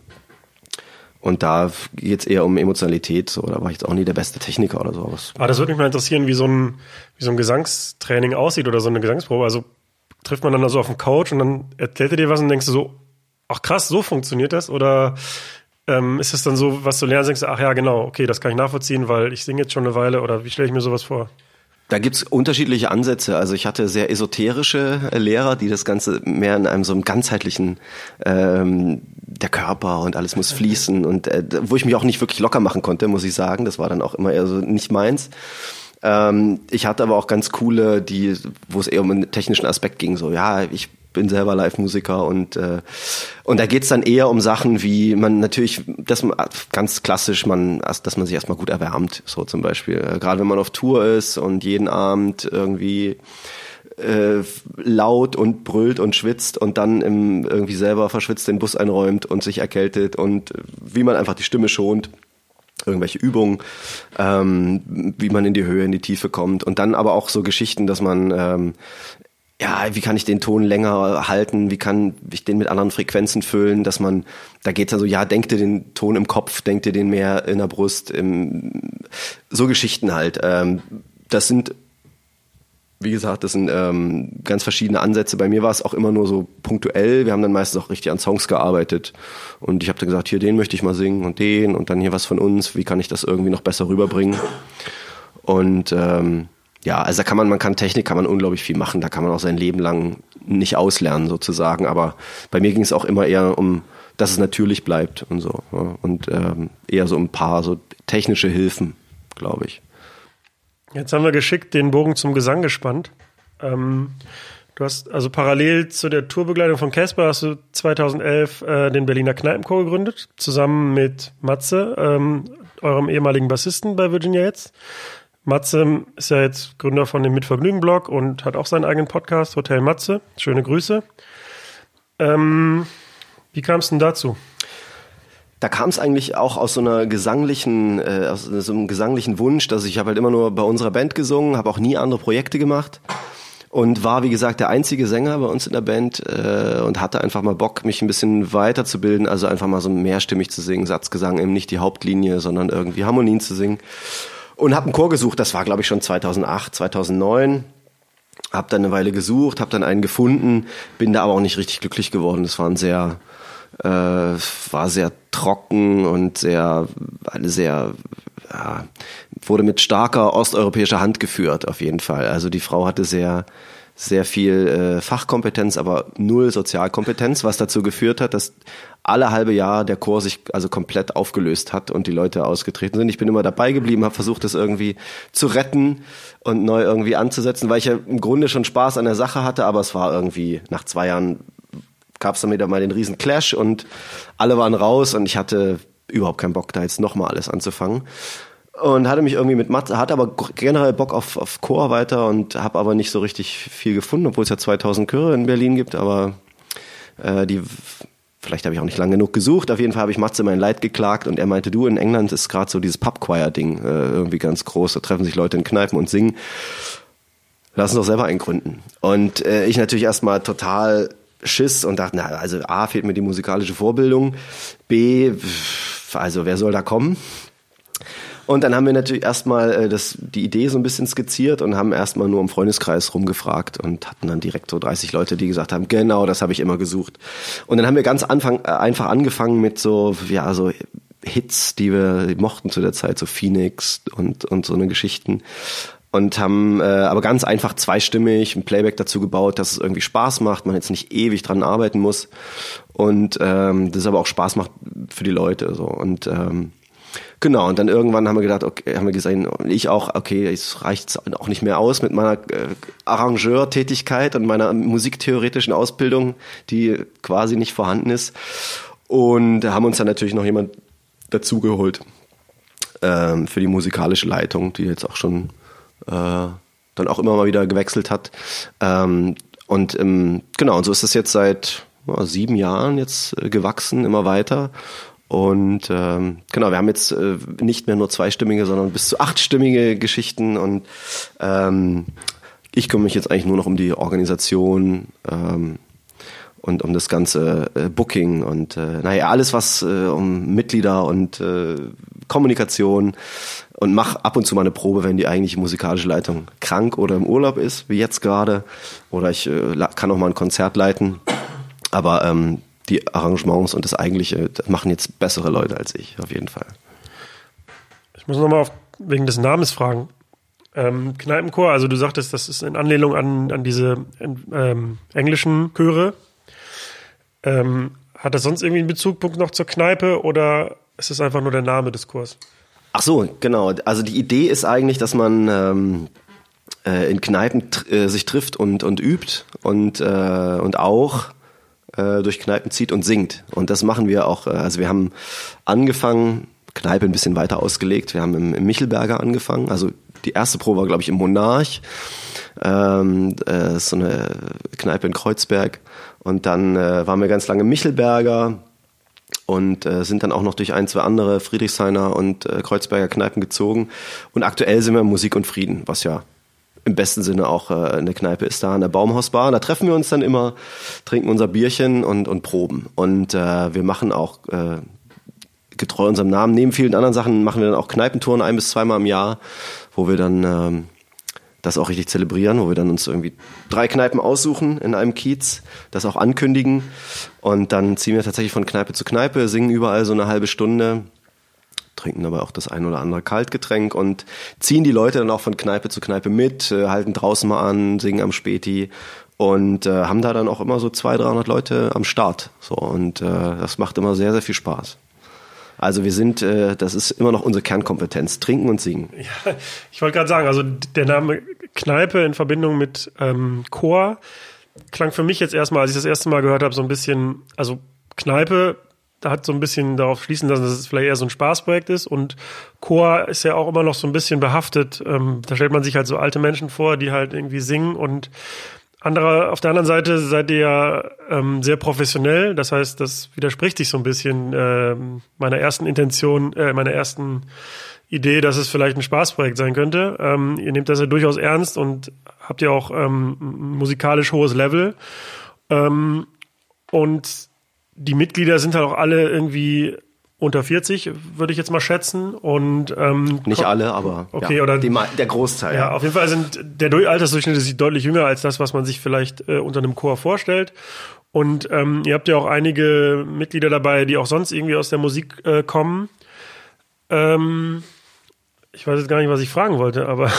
und da geht es eher um Emotionalität. So. Da war ich jetzt auch nie der beste Techniker oder sowas. Aber das würde mich mal interessieren, wie so ein, wie so ein Gesangstraining aussieht oder so eine Gesangsprobe. Also trifft man dann da so auf den Coach und dann erzählt er dir was und denkst du so, ach krass, so funktioniert das? Oder ähm, ist es dann so, was du lernst, denkst du, ach ja, genau, okay, das kann ich nachvollziehen, weil ich singe jetzt schon eine Weile, oder wie stelle ich mir sowas vor? Da gibt's unterschiedliche Ansätze. Also ich hatte sehr esoterische Lehrer, die das Ganze mehr in einem so einem ganzheitlichen, ähm, der Körper und alles muss fließen und äh, wo ich mich auch nicht wirklich locker machen konnte, muss ich sagen. Das war dann auch immer eher so nicht meins. Ähm, ich hatte aber auch ganz coole, die, wo es eher um einen technischen Aspekt ging, so, ja, ich bin selber Live-Musiker und äh, und da geht's dann eher um Sachen wie man natürlich, das ganz klassisch, man, dass man sich erstmal gut erwärmt, so zum Beispiel. Gerade wenn man auf Tour ist und jeden Abend irgendwie äh, laut und brüllt und schwitzt und dann im, irgendwie selber verschwitzt den Bus einräumt und sich erkältet und wie man einfach die Stimme schont. Irgendwelche Übungen, ähm, wie man in die Höhe, in die Tiefe kommt und dann aber auch so Geschichten, dass man ähm, ja, wie kann ich den Ton länger halten, wie kann ich den mit anderen Frequenzen füllen, dass man, da geht's dann so, ja, denk dir den Ton im Kopf, denk dir den mehr in der Brust, im, so Geschichten halt. Ähm, das sind, wie gesagt, das sind ähm, ganz verschiedene Ansätze. Bei mir war es auch immer nur so punktuell, wir haben dann meistens auch richtig an Songs gearbeitet und ich habe dann gesagt, hier, den möchte ich mal singen und den und dann hier was von uns, wie kann ich das irgendwie noch besser rüberbringen und ähm, ja, also da kann man, man kann Technik, kann man unglaublich viel machen, da kann man auch sein Leben lang nicht auslernen sozusagen, aber bei mir ging es auch immer eher um, dass es natürlich bleibt und so, ja, und ähm, eher so ein paar so technische Hilfen, glaube ich. Jetzt haben wir geschickt den Bogen zum Gesang gespannt. Ähm, du hast also parallel zu der Tourbegleitung von Casper hast du zweitausendelf äh, den Berliner Kneipenchor gegründet, zusammen mit Matze, ähm, eurem ehemaligen Bassisten bei Virginia jetzt. Matze ist ja jetzt Gründer von dem Mitvergnügen-Blog und hat auch seinen eigenen Podcast, Hotel Matze. Schöne Grüße. Ähm, wie kam es denn dazu? Da kam es eigentlich auch aus so einer gesanglichen, äh, aus so einem gesanglichen Wunsch, dass ich habe halt immer nur bei unserer Band gesungen, habe auch nie andere Projekte gemacht und war, wie gesagt, der einzige Sänger bei uns in der Band äh, und hatte einfach mal Bock, mich ein bisschen weiterzubilden, also einfach mal so mehrstimmig zu singen, Satzgesang, eben nicht die Hauptlinie, sondern irgendwie Harmonien zu singen. Und habe einen Chor gesucht, das war glaube ich schon zweitausendacht, zweitausendneun. Habe dann eine Weile gesucht, habe dann einen gefunden, bin da aber auch nicht richtig glücklich geworden. Das war ein sehr, äh, war sehr trocken und sehr, eine sehr, ja, wurde mit starker osteuropäischer Hand geführt auf jeden Fall. Also die Frau hatte sehr, sehr viel äh, Fachkompetenz, aber null Sozialkompetenz, was dazu geführt hat, dass alle halbe Jahr der Chor sich also komplett aufgelöst hat und die Leute ausgetreten sind. Ich bin immer dabei geblieben, habe versucht, das irgendwie zu retten und neu irgendwie anzusetzen, weil ich ja im Grunde schon Spaß an der Sache hatte, aber es war irgendwie, nach zwei Jahren gab es dann wieder mal den riesen Clash und alle waren raus und ich hatte überhaupt keinen Bock, da jetzt nochmal alles anzufangen. Und hatte mich irgendwie mit Mathe, hatte aber generell Bock auf, auf Chor weiter und habe aber nicht so richtig viel gefunden, obwohl es ja zweitausend Chöre in Berlin gibt, aber äh, die, vielleicht habe ich auch nicht lange genug gesucht, auf jeden Fall habe ich Matze mein Leid geklagt und er meinte, du, in England ist gerade so dieses Pub-Choir-Ding äh, irgendwie ganz groß, da treffen sich Leute in Kneipen und singen, lass uns doch selber einen gründen. Und äh, ich natürlich erstmal total Schiss und dachte, na, also A, fehlt mir die musikalische Vorbildung, B, also wer soll da kommen? Und dann haben wir natürlich erstmal äh, das, die Idee so ein bisschen skizziert und haben erstmal nur im Freundeskreis rumgefragt und hatten dann direkt so dreißig Leute, die gesagt haben, genau, das habe ich immer gesucht. Und dann haben wir ganz anfang, äh, einfach angefangen mit so, ja, so Hits, die wir die mochten zu der Zeit, so Phoenix und, und so eine Geschichten. Und haben äh, aber ganz einfach zweistimmig ein Playback dazu gebaut, dass es irgendwie Spaß macht, man jetzt nicht ewig dran arbeiten muss und ähm, das aber auch Spaß macht für die Leute. So. Und ähm, genau, und dann irgendwann haben wir gedacht, okay, haben wir gesehen, ich auch, okay, es reicht auch nicht mehr aus mit meiner äh, Arrangeur-Tätigkeit und meiner musiktheoretischen Ausbildung, die quasi nicht vorhanden ist. Und da haben uns dann natürlich noch jemand dazugeholt ähm, für die musikalische Leitung, die jetzt auch schon äh, dann auch immer mal wieder gewechselt hat. Ähm, und ähm, genau, und so ist es jetzt seit oh, sieben Jahren jetzt äh, gewachsen, immer weiter. Und ähm, genau, wir haben jetzt äh, nicht mehr nur zweistimmige, sondern bis zu achtstimmige Geschichten und ähm, ich kümmere mich jetzt eigentlich nur noch um die Organisation ähm, und um das ganze äh, Booking und äh, naja, alles was äh, um Mitglieder und äh, Kommunikation und mache ab und zu mal eine Probe, wenn die eigentliche musikalische Leitung krank oder im Urlaub ist, wie jetzt gerade, oder ich äh, kann auch mal ein Konzert leiten, aber ähm, die Arrangements und das Eigentliche, das machen jetzt bessere Leute als ich, auf jeden Fall. Ich muss nochmal wegen des Namens fragen. Ähm, Kneipenchor, also du sagtest, das ist in Anlehnung an, an diese ähm, englischen Chöre. Ähm, hat das sonst irgendwie einen Bezugpunkt noch zur Kneipe oder ist es einfach nur der Name des Chors? Ach so, genau. Also die Idee ist eigentlich, dass man ähm, äh, in Kneipen tr- äh, sich trifft und, und übt und, äh, und auch durch Kneipen zieht und singt. Und das machen wir auch. Also wir haben angefangen, Kneipe ein bisschen weiter ausgelegt. Wir haben im, im Michelberger angefangen. Also die erste Probe war, glaube ich, im Monarch. ähm, äh, so eine Kneipe in Kreuzberg. Und dann äh, waren wir ganz lange im Michelberger und äh, sind dann auch noch durch ein, zwei andere Friedrichshainer und äh, Kreuzberger Kneipen gezogen. Und aktuell sind wir in Musik und Frieden, was ja im besten Sinne auch äh, eine Kneipe ist, da an der Baumhausbar. Da treffen wir uns dann immer, trinken unser Bierchen und, und proben. Und äh, wir machen auch äh, getreu unserem Namen, neben vielen anderen Sachen machen wir dann auch Kneipentouren ein bis zweimal im Jahr, wo wir dann ähm, das auch richtig zelebrieren, wo wir dann uns irgendwie drei Kneipen aussuchen in einem Kiez, das auch ankündigen und dann ziehen wir tatsächlich von Kneipe zu Kneipe, singen überall so eine halbe Stunde, trinken aber auch das ein oder andere Kaltgetränk und ziehen die Leute dann auch von Kneipe zu Kneipe mit, äh, halten draußen mal an, singen am Späti und äh, haben da dann auch immer so zweihundert, dreihundert Leute am Start. So, und äh, das macht immer sehr, sehr viel Spaß. Also wir sind, äh, das ist immer noch unsere Kernkompetenz, trinken und singen. Ja, ich wollte gerade sagen, also der Name Kneipe in Verbindung mit ähm, Chor klang für mich jetzt erstmal, als ich das erste Mal gehört habe, so ein bisschen, also Kneipe, da hat so ein bisschen darauf schließen lassen, dass es vielleicht eher so ein Spaßprojekt ist und Chor ist ja auch immer noch so ein bisschen behaftet. Ähm, da stellt man sich halt so alte Menschen vor, die halt irgendwie singen und andere, auf der anderen Seite seid ihr ja ähm, sehr professionell, das heißt, das widerspricht sich so ein bisschen äh, meiner ersten Intention, äh, meiner ersten Idee, dass es vielleicht ein Spaßprojekt sein könnte. Ähm, ihr nehmt das ja durchaus ernst und habt ja auch ähm, ein musikalisch hohes Level. Ähm, und die Mitglieder sind halt auch alle irgendwie unter vierzig, würde ich jetzt mal schätzen. Und ähm, nicht alle, aber okay, ja, oder die, der Großteil. Ja, auf jeden Fall sind der Durch- Altersdurchschnitt ist deutlich jünger als das, was man sich vielleicht äh, unter einem Chor vorstellt. Und ähm, ihr habt ja auch einige Mitglieder dabei, die auch sonst irgendwie aus der Musik äh, kommen. Ähm, ich weiß jetzt gar nicht, was ich fragen wollte, aber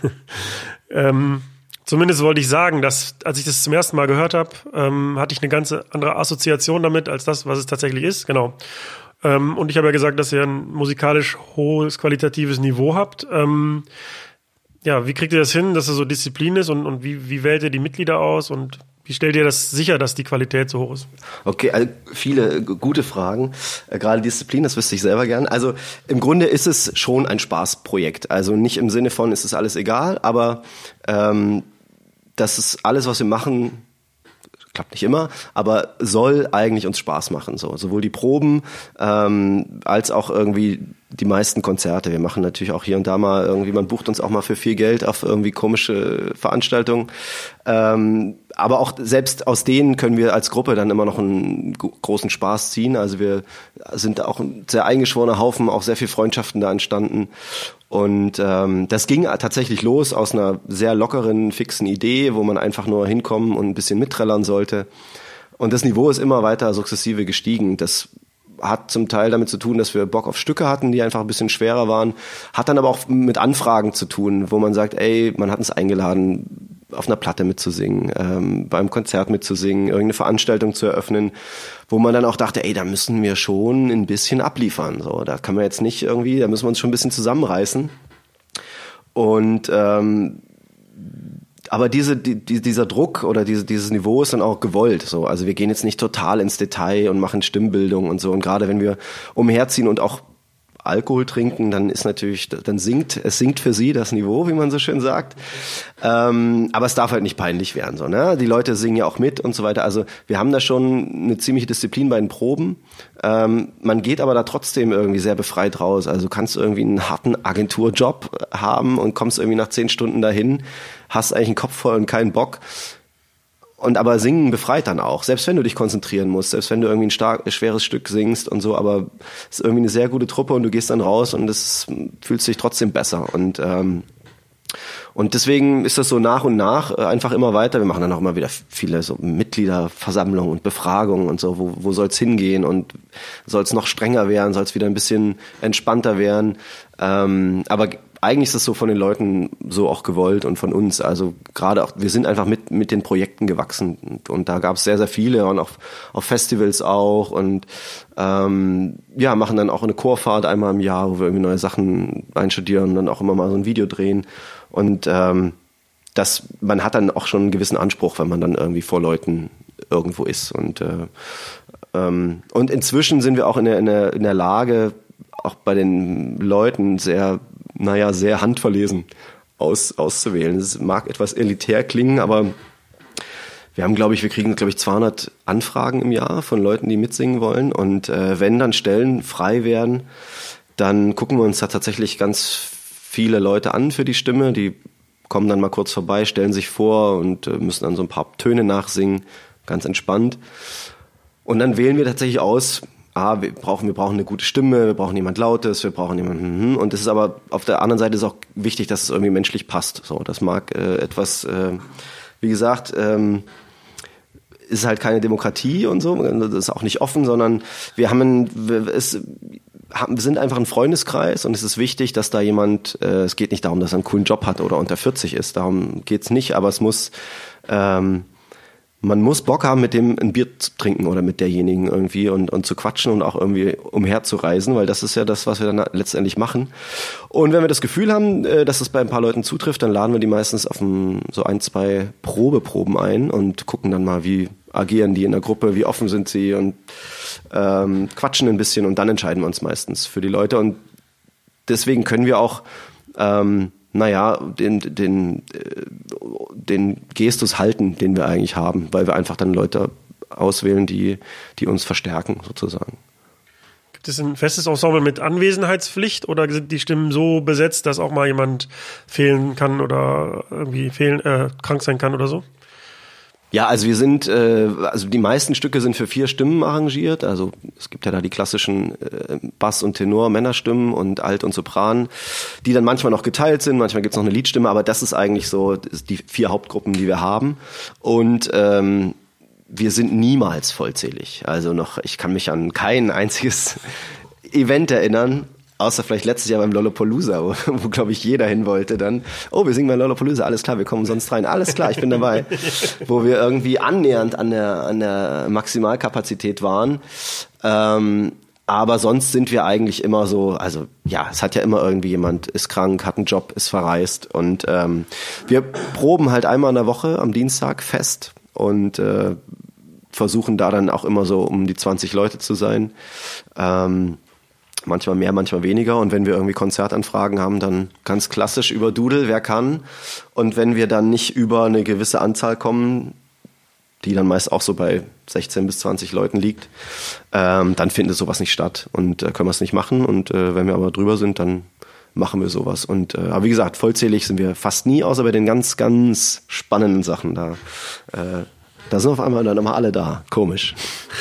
ähm, zumindest wollte ich sagen, dass, als ich das zum ersten Mal gehört habe, ähm, hatte ich eine ganz andere Assoziation damit, als das, was es tatsächlich ist. Genau. Ähm, und ich habe ja gesagt, dass ihr ein musikalisch hohes, qualitatives Niveau habt. Ähm, ja, wie kriegt ihr das hin, dass es so Disziplin ist und, und wie, wie wählt ihr die Mitglieder aus und wie stellt ihr das sicher, dass die Qualität so hoch ist? Okay, also viele gute Fragen. Äh, gerade Disziplin, das wüsste ich selber gern. Also im Grunde ist es schon ein Spaßprojekt. Also nicht im Sinne von, ist es alles egal, aber ähm, das ist alles, was wir machen, klappt nicht immer, aber soll eigentlich uns Spaß machen. So, sowohl die Proben ähm, als auch irgendwie die meisten Konzerte. Wir machen natürlich auch hier und da mal irgendwie, man bucht uns auch mal für viel Geld auf irgendwie komische Veranstaltungen. Ähm, aber auch selbst aus denen können wir als Gruppe dann immer noch einen großen Spaß ziehen. Also wir sind auch ein sehr eingeschworener Haufen, auch sehr viel Freundschaften da entstanden. Und ähm, das ging tatsächlich los aus einer sehr lockeren, fixen Idee, wo man einfach nur hinkommen und ein bisschen mitträllern sollte. Und das Niveau ist immer weiter sukzessive gestiegen. Das hat zum Teil damit zu tun, dass wir Bock auf Stücke hatten, die einfach ein bisschen schwerer waren. Hat dann aber auch mit Anfragen zu tun, wo man sagt, ey, man hat uns eingeladen, auf einer Platte mitzusingen, ähm, beim Konzert mitzusingen, irgendeine Veranstaltung zu eröffnen, wo man dann auch dachte, ey, da müssen wir schon ein bisschen abliefern. So, da kann man jetzt nicht irgendwie, da müssen wir uns schon ein bisschen zusammenreißen. Und ähm, aber diese, die, dieser Druck oder diese, dieses Niveau ist dann auch gewollt. So, also wir gehen jetzt nicht total ins Detail und machen Stimmbildung und so. Und gerade wenn wir umherziehen und auch Alkohol trinken, dann ist natürlich, dann sinkt, es sinkt für sie das Niveau, wie man so schön sagt. Ähm, aber es darf halt nicht peinlich werden, so, ne? Die Leute singen ja auch mit und so weiter. Also wir haben da schon eine ziemliche Disziplin bei den Proben. Ähm, man geht aber da trotzdem irgendwie sehr befreit raus. Also du kannst irgendwie einen harten Agenturjob haben und kommst irgendwie nach zehn Stunden dahin, hast eigentlich einen Kopf voll und keinen Bock. Und aber singen befreit dann auch, selbst wenn du dich konzentrieren musst, selbst wenn du irgendwie ein stark, schweres Stück singst und so, aber es ist irgendwie eine sehr gute Truppe und du gehst dann raus und es fühlt sich trotzdem besser. Und ähm, und deswegen ist das so nach und nach einfach immer weiter. Wir machen dann auch immer wieder viele so Mitgliederversammlungen und Befragungen und so, wo, wo soll es hingehen und soll es noch strenger werden, soll es wieder ein bisschen entspannter werden. Ähm, aber eigentlich ist es so von den Leuten so auch gewollt und von uns. Also gerade auch, wir sind einfach mit mit den Projekten gewachsen und, und da gab es sehr, sehr viele und auch auf Festivals auch und ähm, ja, machen dann auch eine Chorfahrt einmal im Jahr, wo wir irgendwie neue Sachen einstudieren und dann auch immer mal so ein Video drehen und ähm, das, man hat dann auch schon einen gewissen Anspruch, wenn man dann irgendwie vor Leuten irgendwo ist und äh, ähm, und inzwischen sind wir auch in der, in der, in der Lage, auch bei den Leuten sehr naja, sehr handverlesen. aus, auszuwählen. Es mag etwas elitär klingen, aber wir haben, glaube ich, wir kriegen, glaube ich, zweihundert Anfragen im Jahr von Leuten, die mitsingen wollen. Und äh, wenn dann Stellen frei werden, dann gucken wir uns da tatsächlich ganz viele Leute an für die Stimme. Die kommen dann mal kurz vorbei, stellen sich vor und äh, müssen dann so ein paar Töne nachsingen, ganz entspannt. Und dann wählen wir tatsächlich aus, ah, wir brauchen, wir brauchen eine gute Stimme, wir brauchen jemand Lautes, wir brauchen jemanden. Und es ist aber auf der anderen Seite ist auch wichtig, dass es irgendwie menschlich passt. So, das mag äh, etwas, äh, wie gesagt, ähm, ist halt keine Demokratie und so, das ist auch nicht offen, sondern wir haben, ein, es, wir sind einfach ein Freundeskreis und es ist wichtig, dass da jemand, äh, es geht nicht darum, dass er einen coolen Job hat oder unter vierzig ist, darum geht's nicht, aber es muss, ähm, man muss Bock haben, mit dem ein Bier zu trinken oder mit derjenigen irgendwie und, und zu quatschen und auch irgendwie umherzureisen, weil das ist ja das, was wir dann letztendlich machen. Und wenn wir das Gefühl haben, dass es bei ein paar Leuten zutrifft, dann laden wir die meistens auf ein, so ein, zwei Probeproben ein und gucken dann mal, wie agieren die in der Gruppe, wie offen sind sie und ähm, quatschen ein bisschen und dann entscheiden wir uns meistens für die Leute. Und deswegen können wir auch ähm, naja, den, den, den Gestus halten, den wir eigentlich haben, weil wir einfach dann Leute auswählen, die, die uns verstärken, sozusagen. Gibt es ein festes Ensemble mit Anwesenheitspflicht oder sind die Stimmen so besetzt, dass auch mal jemand fehlen kann oder irgendwie fehlen, äh, krank sein kann oder so? Ja, also wir sind, äh, also die meisten Stücke sind für vier Stimmen arrangiert. Also es gibt ja da die klassischen äh, Bass- und Tenor-Männerstimmen und Alt- und Sopran, die dann manchmal noch geteilt sind. Manchmal gibt's noch eine Liedstimme, aber das ist eigentlich so die vier Hauptgruppen, die wir haben. Und ähm, wir sind niemals vollzählig. Also noch, ich kann mich an kein einziges Event erinnern, außer vielleicht letztes Jahr beim Lollapalooza, wo, wo glaube ich, jeder hin wollte dann. Oh, wir singen bei Lollapalooza, alles klar, wir kommen sonst rein. Alles klar, ich bin dabei. Wo wir irgendwie annähernd an der, an der Maximalkapazität waren. Ähm, aber sonst sind wir eigentlich immer so, also ja, es hat ja immer irgendwie jemand, ist krank, hat einen Job, ist verreist. Und ähm, wir proben halt einmal in der Woche am Dienstag fest und äh, versuchen da dann auch immer so um die zwanzig Leute zu sein. Ähm, Manchmal mehr, manchmal weniger. Und wenn wir irgendwie Konzertanfragen haben, dann ganz klassisch über Doodle, wer kann. Und wenn wir dann nicht über eine gewisse Anzahl kommen, die dann meist auch so bei sechzehn bis zwanzig Leuten liegt, ähm, dann findet sowas nicht statt und äh, können wir es nicht machen. Und äh, wenn wir aber drüber sind, dann machen wir sowas. Und äh, aber wie gesagt, vollzählig sind wir fast nie, außer bei den ganz, ganz spannenden Sachen da. Äh, Da sind auf einmal dann immer alle da. Komisch.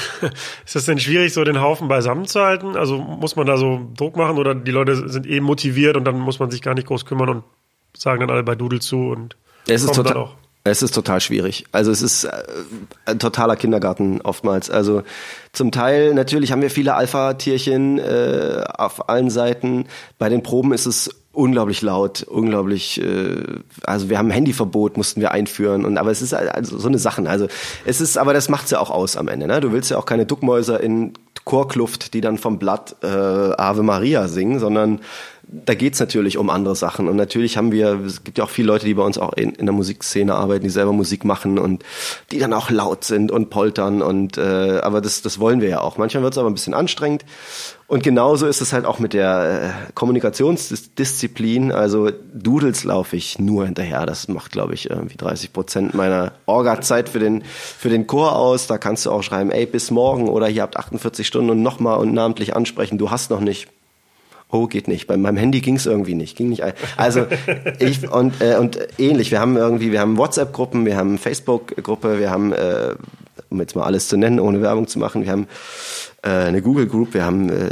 Ist das denn schwierig, so den Haufen beisammen zu halten? Also muss man da so Druck machen oder die Leute sind eh motiviert und dann muss man sich gar nicht groß kümmern und sagen dann alle bei Doodle zu und es ist kommen total, dann auch? Es ist total schwierig. Also es ist äh, ein totaler Kindergarten oftmals. Also zum Teil, natürlich haben wir viele Alpha-Tierchen äh, auf allen Seiten. Bei den Proben ist es unglaublich laut, unglaublich, äh, also wir haben ein Handyverbot, mussten wir einführen, und aber es ist also so eine Sache. Also es ist, aber das macht's ja auch aus am Ende. Ne? Du willst ja auch keine Duckmäuser in Chorkluft, die dann vom Blatt äh, Ave Maria singen, sondern da geht's natürlich um andere Sachen. Und natürlich haben wir, es gibt ja auch viele Leute, die bei uns auch in, in der Musikszene arbeiten, die selber Musik machen und die dann auch laut sind und poltern. Und äh, aber das, das wollen wir ja auch. Manchmal wird's aber ein bisschen anstrengend. Und genauso ist es halt auch mit der äh, Kommunikationsdisziplin. Also Doodles laufe ich nur hinterher. Das macht, glaube ich, irgendwie dreißig Prozent meiner Orga-Zeit für den, für den Chor aus. Da kannst du auch schreiben, ey, bis morgen, oder ihr habt achtundvierzig Stunden und nochmal und namentlich ansprechen. Du hast noch nicht. Oh, geht nicht. Bei meinem Handy ging's irgendwie nicht. Ging nicht. Also ich und äh, und ähnlich. Wir haben irgendwie, wir haben WhatsApp-Gruppen, wir haben Facebook-Gruppe, wir haben, äh, um jetzt mal alles zu nennen, ohne Werbung zu machen, wir haben äh, eine Google-Group, wir haben äh,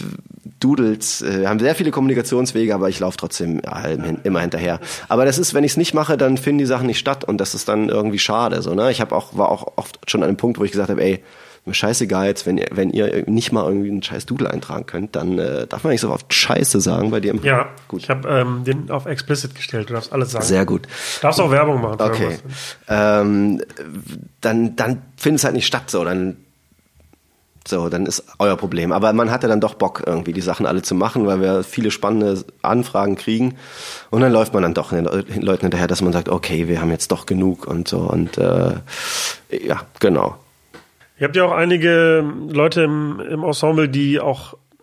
Doodles, äh, wir haben sehr viele Kommunikationswege, aber ich laufe trotzdem ja, immer hinterher. Aber das ist, wenn ich es nicht mache, dann finden die Sachen nicht statt und das ist dann irgendwie schade. So, ne? Ich habe auch war auch oft schon an einem Punkt, wo ich gesagt habe, ey, mir scheißegal jetzt, wenn ihr, wenn ihr nicht mal irgendwie einen scheiß Doodle eintragen könnt, dann äh, darf man nicht so oft Scheiße sagen bei dir. Ja, gut. Ich habe ähm, den auf explicit gestellt, du darfst alles sagen. Sehr gut. Du darfst auch Werbung machen. Okay. Ähm, dann dann findet es halt nicht statt, so, dann so, dann ist euer Problem. Aber man hatte dann doch Bock, irgendwie die Sachen alle zu machen, weil wir viele spannende Anfragen kriegen. Und dann läuft man dann doch den Leuten hinterher, dass man sagt, okay, wir haben jetzt doch genug und so. Und äh, ja, genau. Ihr habt ja auch einige Leute im, im Ensemble, die auch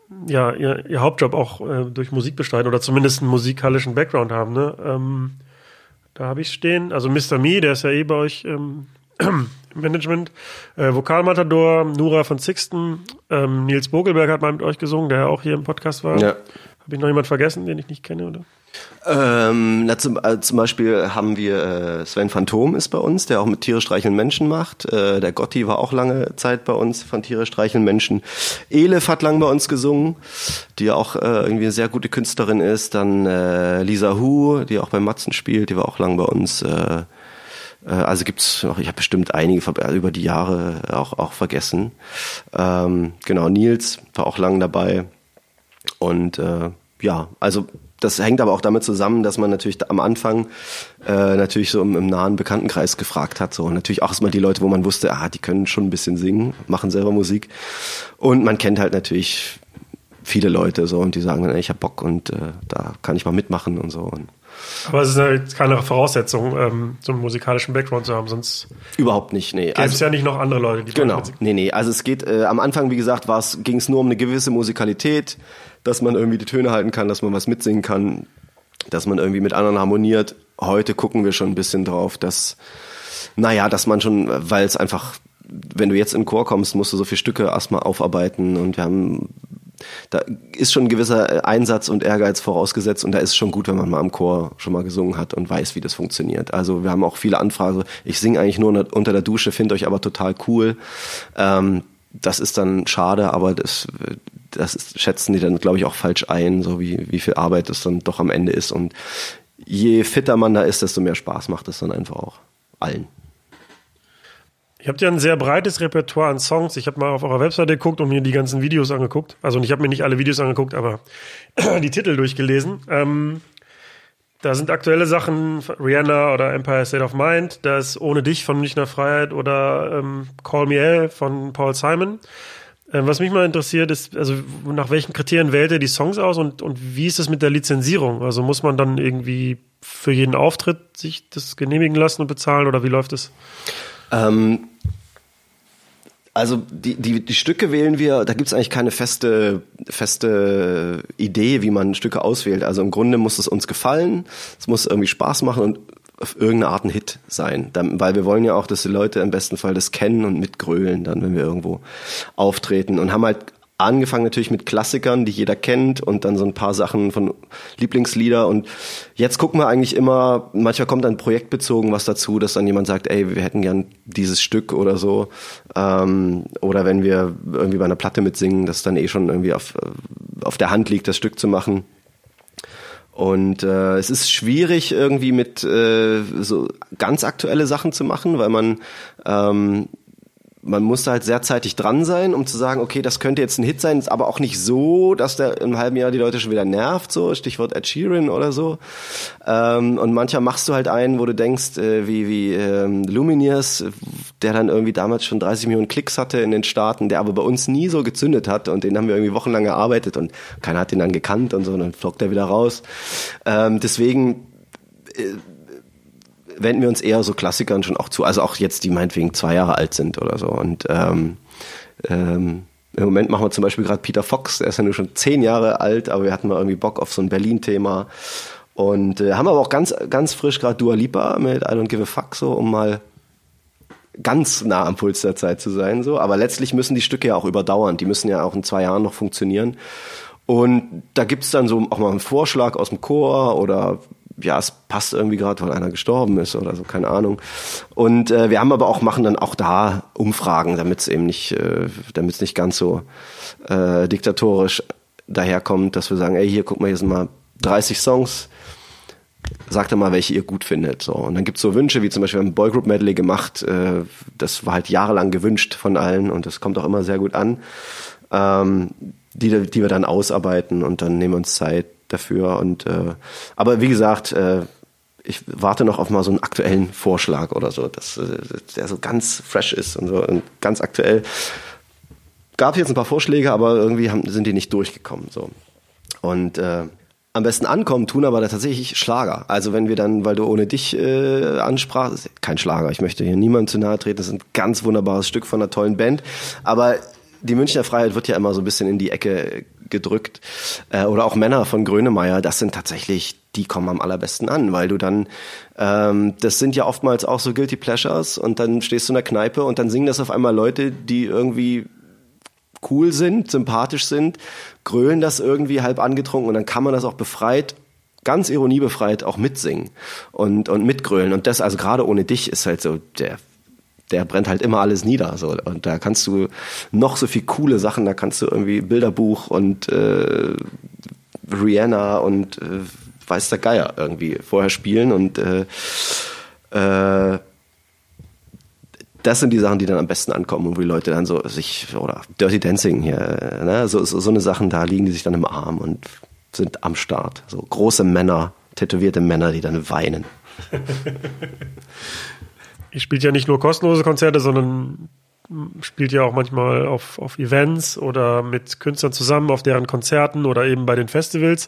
ja ihr, ihr Hauptjob auch äh, durch Musik bestreiten oder zumindest einen musikalischen Background haben. Ne? Ähm, da habe ich stehen, also Mister Me, der ist ja eh bei euch ähm, im Management, äh, Vokalmatador, Nura von Sixten, ähm, Nils Bogelberg hat mal mit euch gesungen, der ja auch hier im Podcast war. Ja. Habe ich noch jemand vergessen, den ich nicht kenne, oder? Ähm, na, zum, äh, zum Beispiel haben wir äh, Sven Phantom ist bei uns, der auch mit Tiere streicheln Menschen macht. Äh, der Gotti war auch lange Zeit bei uns von Tiere streicheln Menschen. Elif hat lang bei uns gesungen, die auch äh, irgendwie eine sehr gute Künstlerin ist. Dann äh, Lisa Hu, die auch bei Matzen spielt, die war auch lang bei uns. Äh, äh, also gibt's noch, ich habe bestimmt einige über die Jahre auch, auch vergessen. Ähm, genau, Nils war auch lang dabei. Und äh, ja, also das hängt aber auch damit zusammen, dass man natürlich am Anfang äh, natürlich so im, im nahen Bekanntenkreis gefragt hat. So und natürlich auch erstmal die Leute, wo man wusste, ah, die können schon ein bisschen singen, machen selber Musik. Und man kennt halt natürlich viele Leute so und die sagen dann, ey, ich hab Bock und äh, da kann ich mal mitmachen und so. Und aber es ist ja keine Voraussetzung, ähm, so einen musikalischen Background zu haben, sonst überhaupt nicht, nee. Gäbe es also, ja nicht noch andere Leute, die genau, nee, nee. Also es geht äh, am Anfang, wie gesagt, ging es nur um eine gewisse Musikalität, dass man irgendwie die Töne halten kann, dass man was mitsingen kann, dass man irgendwie mit anderen harmoniert. Heute gucken wir schon ein bisschen drauf, dass, naja, dass man schon, weil es einfach, wenn du jetzt in den Chor kommst, musst du so viele Stücke erstmal aufarbeiten und wir haben, da ist schon ein gewisser Einsatz und Ehrgeiz vorausgesetzt und da ist es schon gut, wenn man mal im Chor schon mal gesungen hat und weiß, wie das funktioniert. Also wir haben auch viele Anfragen, ich singe eigentlich nur unter der Dusche, finde euch aber total cool. Ähm, das ist dann schade, aber das, das ist, schätzen die dann, glaube ich, auch falsch ein, so wie, wie viel Arbeit es dann doch am Ende ist. Und je fitter man da ist, desto mehr Spaß macht es dann einfach auch allen. Ihr habt ja ein sehr breites Repertoire an Songs. Ich habe mal auf eurer Webseite geguckt und mir die ganzen Videos angeguckt. Also ich habe mir nicht alle Videos angeguckt, aber die Titel durchgelesen. Ähm, da sind aktuelle Sachen, Rihanna oder Empire State of Mind, da ist Ohne dich von Münchner Freiheit oder ähm, Call Me Al von Paul Simon. Ähm, was mich mal interessiert ist, also nach welchen Kriterien wählt ihr die Songs aus und, und wie ist es mit der Lizenzierung? Also muss man dann irgendwie für jeden Auftritt sich das genehmigen lassen und bezahlen oder wie läuft es? Ähm, also die, die, die Stücke wählen wir, da gibt's eigentlich keine feste, feste Idee, wie man Stücke auswählt. Also im Grunde muss es uns gefallen, es muss irgendwie Spaß machen und auf irgendeine Art ein Hit sein. Dann, weil wir wollen ja auch, dass die Leute im besten Fall das kennen und mitgrölen dann, wenn wir irgendwo auftreten. Und haben halt angefangen natürlich mit Klassikern, die jeder kennt und dann so ein paar Sachen von Lieblingslieder und jetzt gucken wir eigentlich immer, manchmal kommt dann projektbezogen was dazu, dass dann jemand sagt, ey, wir hätten gern dieses Stück oder so ähm, oder wenn wir irgendwie bei einer Platte mitsingen, das dann eh schon irgendwie auf, auf der Hand liegt, das Stück zu machen. Und äh, es ist schwierig irgendwie mit äh, so ganz aktuelle Sachen zu machen, weil man ähm, man muss da halt sehr zeitig dran sein, um zu sagen, okay, das könnte jetzt ein Hit sein, ist aber auch nicht so, dass der im halben Jahr die Leute schon wieder nervt, so Stichwort Ed Sheeran oder so. Ähm, und manchmal machst du halt einen, wo du denkst, äh, wie wie ähm, Lumineers, der dann irgendwie damals schon dreißig Millionen Klicks hatte in den Staaten, der aber bei uns nie so gezündet hat und den haben wir irgendwie wochenlang gearbeitet und keiner hat den dann gekannt und so, und dann flockt er wieder raus. Ähm, deswegen äh, wenden wir uns eher so Klassikern schon auch zu, also auch jetzt, die meinetwegen zwei Jahre alt sind oder so. Und ähm, ähm, im Moment machen wir zum Beispiel gerade Peter Fox, der ist ja nur schon zehn Jahre alt, aber wir hatten mal irgendwie Bock auf so ein Berlin-Thema. Und äh, haben aber auch ganz ganz frisch gerade Dua Lipa mit I Don't Give a Fuck, so, um mal ganz nah am Puls der Zeit zu sein. So. Aber letztlich müssen die Stücke ja auch überdauern, die müssen ja auch in zwei Jahren noch funktionieren. Und da gibt's dann so auch mal einen Vorschlag aus dem Chor oder ja, es passt irgendwie gerade, weil einer gestorben ist oder so, keine Ahnung. Und äh, wir haben aber auch, machen dann auch da Umfragen, damit es eben nicht, äh, damit es nicht ganz so äh, diktatorisch daherkommt, dass wir sagen, ey, hier, guck mal, hier sind mal dreißig Songs, sagt doch mal, welche ihr gut findet. So. Und dann gibt's so Wünsche, wie zum Beispiel wir haben ein Boygroup-Medley gemacht, äh, das war halt jahrelang gewünscht von allen und das kommt auch immer sehr gut an, ähm, die, die wir dann ausarbeiten und dann nehmen wir uns Zeit dafür und äh, aber wie gesagt, äh, ich warte noch auf mal so einen aktuellen Vorschlag oder so, dass äh, der so ganz fresh ist und so und ganz aktuell. Gab jetzt ein paar Vorschläge, aber irgendwie haben, sind die nicht durchgekommen so. Und äh, am besten ankommen tun aber da tatsächlich Schlager. Also wenn wir dann, weil du Ohne dich äh, ansprachst, kein Schlager, ich möchte hier niemandem zu nahe treten, das ist ein ganz wunderbares Stück von einer tollen Band, aber die Münchner Freiheit wird ja immer so ein bisschen in die Ecke gedrückt. Äh, oder auch Männer von Grönemeyer, das sind tatsächlich, die kommen am allerbesten an, weil du dann, ähm, das sind ja oftmals auch so Guilty Pleasures und dann stehst du in der Kneipe und dann singen das auf einmal Leute, die irgendwie cool sind, sympathisch sind, grölen das irgendwie halb angetrunken und dann kann man das auch befreit, ganz ironiebefreit auch mitsingen und, und mitgrölen. Und das, also gerade ohne dich, ist halt so, der, der brennt halt immer alles nieder. So. Und da kannst du noch so viel coole Sachen, da kannst du irgendwie Bilderbuch und äh, Rihanna und äh, weiß der Geier irgendwie vorher spielen und äh, äh, das sind die Sachen, die dann am besten ankommen und wo die Leute dann so sich, oder Dirty Dancing hier, ne, so, so, so eine Sachen, da liegen die sich dann im Arm und sind am Start. So große Männer, tätowierte Männer, die dann weinen. Ihr spielt ja nicht nur kostenlose Konzerte, sondern spielt ja auch manchmal auf, auf Events oder mit Künstlern zusammen auf deren Konzerten oder eben bei den Festivals.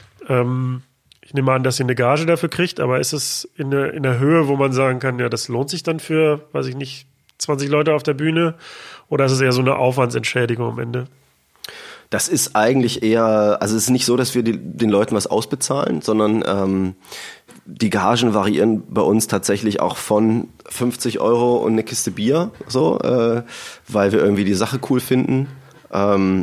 Ähm, ich nehme an, dass ihr eine Gage dafür kriegt, aber ist es in der, in der Höhe, wo man sagen kann, ja, das lohnt sich dann für, weiß ich nicht, zwanzig Leute auf der Bühne? Oder ist es eher so eine Aufwandsentschädigung am Ende? Das ist eigentlich eher, also es ist nicht so, dass wir die, den Leuten was ausbezahlen, sondern ähm, die Gagen variieren bei uns tatsächlich auch von fünfzig Euro und eine Kiste Bier, so, äh, weil wir irgendwie die Sache cool finden. Ähm,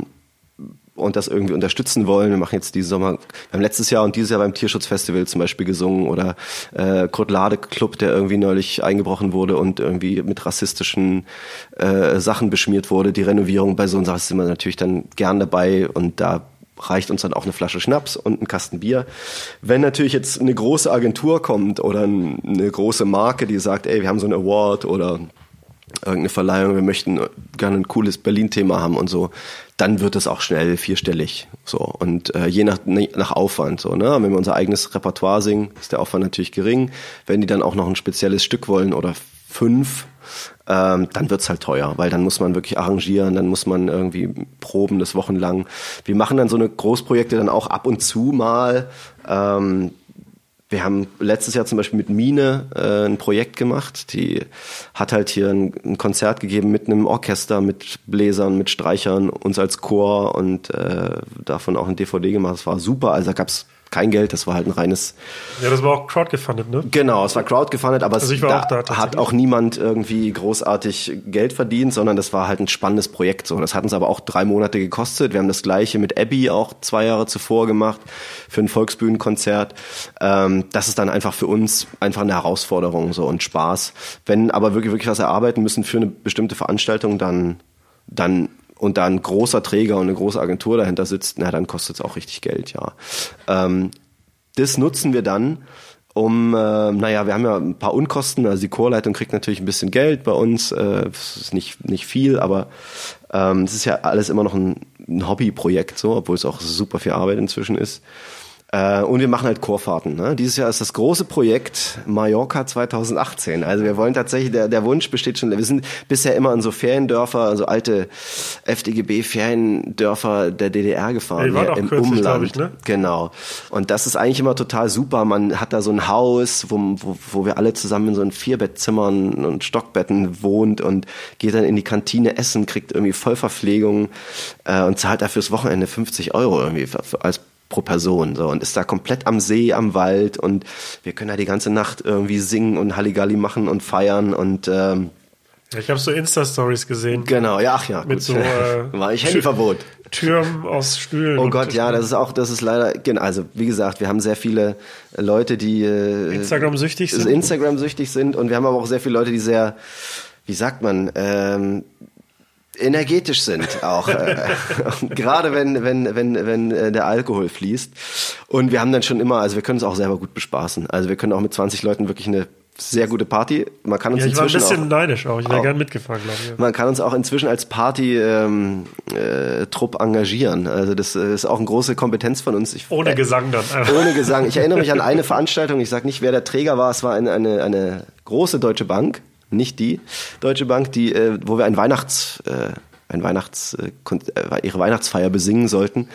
und das irgendwie unterstützen wollen. Wir machen jetzt diesen Sommer, wir haben letztes Jahr und dieses Jahr beim Tierschutzfestival zum Beispiel gesungen oder äh, Kurt Lade Club, der irgendwie neulich eingebrochen wurde und irgendwie mit rassistischen äh, Sachen beschmiert wurde. Die Renovierung bei so einer Sache sind wir natürlich dann gern dabei und da reicht uns dann auch eine Flasche Schnaps und ein Kasten Bier. Wenn natürlich jetzt eine große Agentur kommt oder eine große Marke, die sagt, ey, wir haben so einen Award oder irgendeine Verleihung, wir möchten gerne ein cooles Berlin-Thema haben und so, dann wird es auch schnell vierstellig. So. Und äh, je nach, nach Aufwand. So, ne? Wenn wir unser eigenes Repertoire singen, ist der Aufwand natürlich gering. Wenn die dann auch noch ein spezielles Stück wollen oder fünf, ähm, dann wird's halt teuer, weil dann muss man wirklich arrangieren, dann muss man irgendwie proben das wochenlang. Wir machen dann so eine Großprojekte dann auch ab und zu mal. Ähm, Wir haben letztes Jahr zum Beispiel mit Mine äh, ein Projekt gemacht. Die hat halt hier ein, ein Konzert gegeben mit einem Orchester, mit Bläsern, mit Streichern, uns als Chor und äh, davon auch ein D V D gemacht. Das war super. Also da gab's kein Geld, das war halt ein reines... Ja, das war auch crowdgefundet, ne? Genau, es war crowdgefundet, aber also es da auch da hat auch niemand irgendwie großartig Geld verdient, sondern das war halt ein spannendes Projekt. So, das hat uns aber auch drei Monate gekostet. Wir haben das Gleiche mit Abby auch zwei Jahre zuvor gemacht für ein Volksbühnenkonzert. Ähm, das ist dann einfach für uns einfach eine Herausforderung so und Spaß. Wenn aber wirklich wirklich was erarbeiten müssen für eine bestimmte Veranstaltung, dann dann und da ein großer Träger und eine große Agentur dahinter sitzt, na, dann kostet es auch richtig Geld, ja. Ähm, das nutzen wir dann, um, äh, naja, wir haben ja ein paar Unkosten, also die Chorleitung kriegt natürlich ein bisschen Geld bei uns, äh, das ist nicht, nicht viel, aber ähm, es ist ja alles immer noch ein, ein Hobbyprojekt, so, obwohl es auch super viel Arbeit inzwischen ist. Äh, und wir machen halt Chorfahrten. Ne? Dieses Jahr ist das große Projekt Mallorca zwanzig achtzehn. Also wir wollen tatsächlich, der, der Wunsch besteht schon, wir sind bisher immer in so Feriendörfer, also alte F D G B-Feriendörfer der D D R gefahren, ja, hier im kürzlich, Umland. ich, ne? Genau. Und das ist eigentlich immer total super. Man hat da so ein Haus, wo, wo, wo wir alle zusammen in so ein Vierbettzimmern und Stockbetten wohnt und geht dann in die Kantine essen, kriegt irgendwie Vollverpflegung äh, und zahlt dafür das Wochenende fünfzig Euro irgendwie für, für, als pro Person, so, und ist da komplett am See, am Wald und wir können da die ganze Nacht irgendwie singen und Halligalli machen und feiern und ähm, ja, ich habe so Insta-Stories gesehen. Genau, ja, ach ja, mit gut. so äh, war ich Handyverbot. Türen aus Stühlen. Oh Gott, ja, das ist auch, das ist leider, genau, also wie gesagt, wir haben sehr viele Leute, die äh, Instagram-süchtig sind. Instagram-süchtig sind und wir haben aber auch sehr viele Leute, die sehr, wie sagt man, ähm, energetisch sind auch, äh, gerade wenn wenn wenn wenn äh, der Alkohol fließt und wir haben dann schon immer, also wir können uns auch selber gut bespaßen, also wir können auch mit zwanzig Leuten wirklich eine sehr gute Party, man kann uns ja, ich inzwischen war ein bisschen auch, neidisch auch, ich wäre auch, gern mitgefahren, glaube ich. Ja. Man kann uns auch inzwischen als Party ähm, äh, Trupp engagieren, also das äh, ist auch eine große Kompetenz von uns. Ich, ohne äh, Gesang dann. Ohne Gesang. Ich erinnere mich an eine Veranstaltung, ich sage nicht, wer der Träger war, es war eine eine, eine große Deutsche Bank, nicht die Deutsche Bank, die, äh, wo wir ein Weihnachts, äh, ein Weihnachts, äh, ihre Weihnachtsfeier besingen sollten.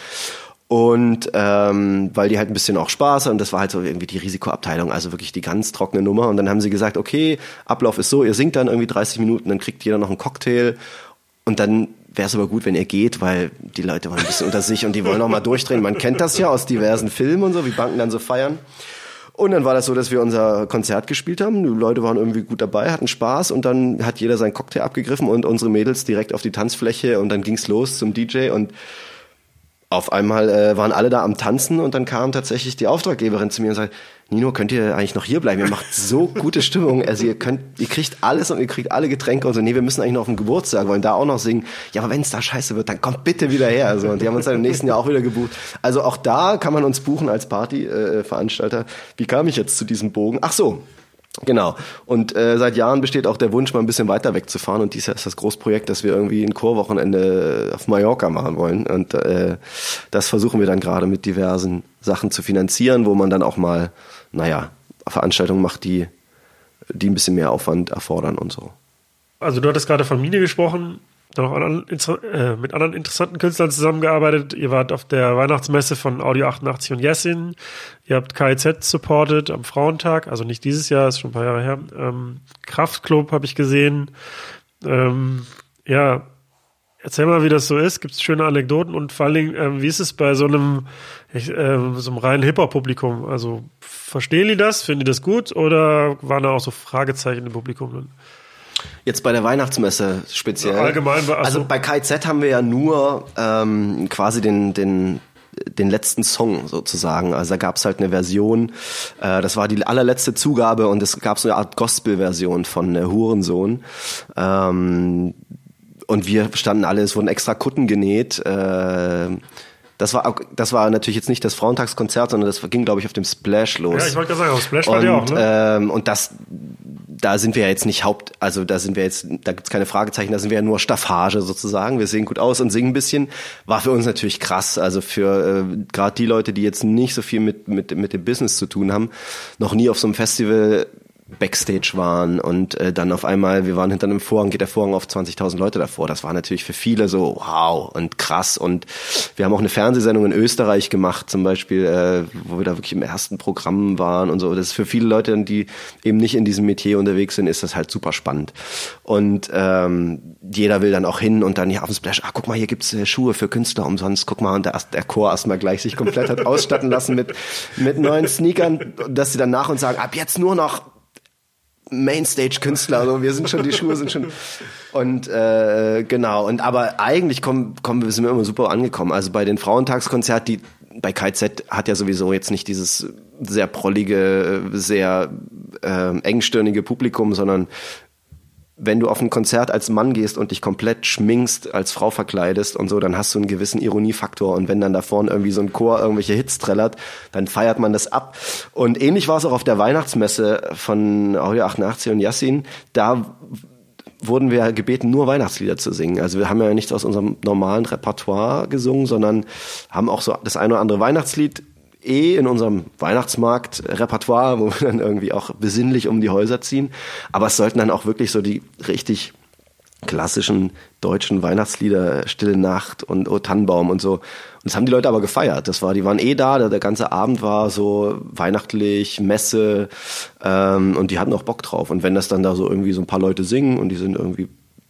Und ähm, weil die halt ein bisschen auch Spaß haben, und das war halt so irgendwie die Risikoabteilung, also wirklich die ganz trockene Nummer. Und dann haben sie gesagt, okay, Ablauf ist so, ihr singt dann irgendwie dreißig Minuten, dann kriegt jeder noch einen Cocktail und dann wäre es aber gut, wenn ihr geht, weil die Leute waren ein bisschen unter sich und die wollen auch mal durchdrehen. Man kennt das ja aus diversen Filmen und so, wie Banken dann so feiern. Und dann war das so, dass wir unser Konzert gespielt haben. Die Leute waren irgendwie gut dabei, hatten Spaß und dann hat jeder seinen Cocktail abgegriffen und unsere Mädels direkt auf die Tanzfläche und dann ging's los zum D J und auf einmal äh, waren alle da am Tanzen und dann kam tatsächlich die Auftraggeberin zu mir und sagte, Nino, könnt ihr eigentlich noch hier bleiben? Ihr macht so gute Stimmung. Also ihr könnt, ihr kriegt alles und ihr kriegt alle Getränke und so. Nee, wir müssen eigentlich noch auf den Geburtstag, wollen da auch noch singen. Ja, aber wenn es da scheiße wird, dann kommt bitte wieder her. Also, und die haben uns dann im nächsten Jahr auch wieder gebucht. Also auch da kann man uns buchen als Partyveranstalter. Wie kam ich jetzt zu diesem Bogen? Ach so. Genau. Und äh, seit Jahren besteht auch der Wunsch, mal ein bisschen weiter wegzufahren. Und dieses Jahr ist das Großprojekt, dass wir irgendwie ein Chorwochenende auf Mallorca machen wollen. Und äh, das versuchen wir dann gerade mit diversen Sachen zu finanzieren, wo man dann auch mal, naja, Veranstaltungen macht, die, die ein bisschen mehr Aufwand erfordern und so. Also du hattest gerade von Mine gesprochen, noch an, äh, mit anderen interessanten Künstlern zusammengearbeitet. Ihr wart auf der Weihnachtsmesse von Audio achtundachtzig und Jessin. Ihr habt K I Z supported am Frauentag, also nicht dieses Jahr, ist schon ein paar Jahre her. Ähm, Kraftklub habe ich gesehen. Ähm, ja, erzähl mal, wie das so ist. Gibt es schöne Anekdoten und vor allen Dingen, ähm, wie ist es bei so einem, ich, äh, so einem reinen Hip-Hop-Publikum? Also verstehen die das? Finden die das gut? Oder waren da auch so Fragezeichen im Publikum drin? Jetzt bei der Weihnachtsmesse speziell. Ja, allgemein. Also, also bei K I Z haben wir ja nur ähm, quasi den, den, den letzten Song sozusagen. Also da gab es halt eine Version, äh, das war die allerletzte Zugabe und es gab so eine Art Gospel-Version von äh, Hurensohn. Ähm, und wir standen alle, es wurden extra Kutten genäht. Äh, Das war, das war natürlich jetzt nicht das Frauentagskonzert, sondern das ging, glaube ich, auf dem Splash los. Ja, ich wollte gerade sagen, auf Splash war die auch, ne? Ähm, und das, da sind wir ja jetzt nicht Haupt, also da sind wir jetzt, da gibt's keine Fragezeichen, da sind wir ja nur Staffage sozusagen. Wir sehen gut aus und singen ein bisschen. War für uns natürlich krass, also für äh, gerade die Leute, die jetzt nicht so viel mit mit mit dem Business zu tun haben, noch nie auf so einem Festival Backstage waren und äh, dann auf einmal, wir waren hinter einem Vorhang, geht der Vorhang auf zwanzigtausend Leute davor. Das war natürlich für viele so wow und krass. Und wir haben auch eine Fernsehsendung in Österreich gemacht, zum Beispiel, äh, wo wir da wirklich im ersten Programm waren und so. Das ist für viele Leute, die eben nicht in diesem Metier unterwegs sind, ist das halt super spannend. Und ähm, jeder will dann auch hin und dann, ja, auf dem Splash, ah, guck mal, hier gibt's äh, Schuhe für Künstler umsonst, guck mal. Und der, der Chor erstmal gleich sich komplett hat ausstatten lassen mit, mit neuen Sneakern, dass sie dann nach uns sagen, ab jetzt nur noch Mainstage-Künstler, also wir sind schon, die Schuhe sind schon und äh, genau, und aber eigentlich kommen, kommen wir sind wir immer super angekommen. Also bei den Frauentagskonzert, die bei K I Z hat ja sowieso jetzt nicht dieses sehr prollige, sehr äh, engstirnige Publikum, sondern wenn du auf ein Konzert als Mann gehst und dich komplett schminkst, als Frau verkleidest und so, dann hast du einen gewissen Ironiefaktor. Und wenn dann da vorne irgendwie so ein Chor irgendwelche Hits trällert, dann feiert man das ab. Und ähnlich war es auch auf der Weihnachtsmesse von Audio achtundachtzig und Jessin. Da wurden wir gebeten, nur Weihnachtslieder zu singen. Also wir haben ja nichts aus unserem normalen Repertoire gesungen, sondern haben auch so das eine oder andere Weihnachtslied eh in unserem Weihnachtsmarkt-Repertoire, wo wir dann irgendwie auch besinnlich um die Häuser ziehen. Aber es sollten dann auch wirklich so die richtig klassischen deutschen Weihnachtslieder, Stille Nacht und O Tannenbaum und so. Und das haben die Leute aber gefeiert. Das war, die waren eh da, der ganze Abend war so weihnachtlich, Messe, ähm, und die hatten auch Bock drauf. Und wenn das dann da so irgendwie so ein paar Leute singen und die sind irgendwie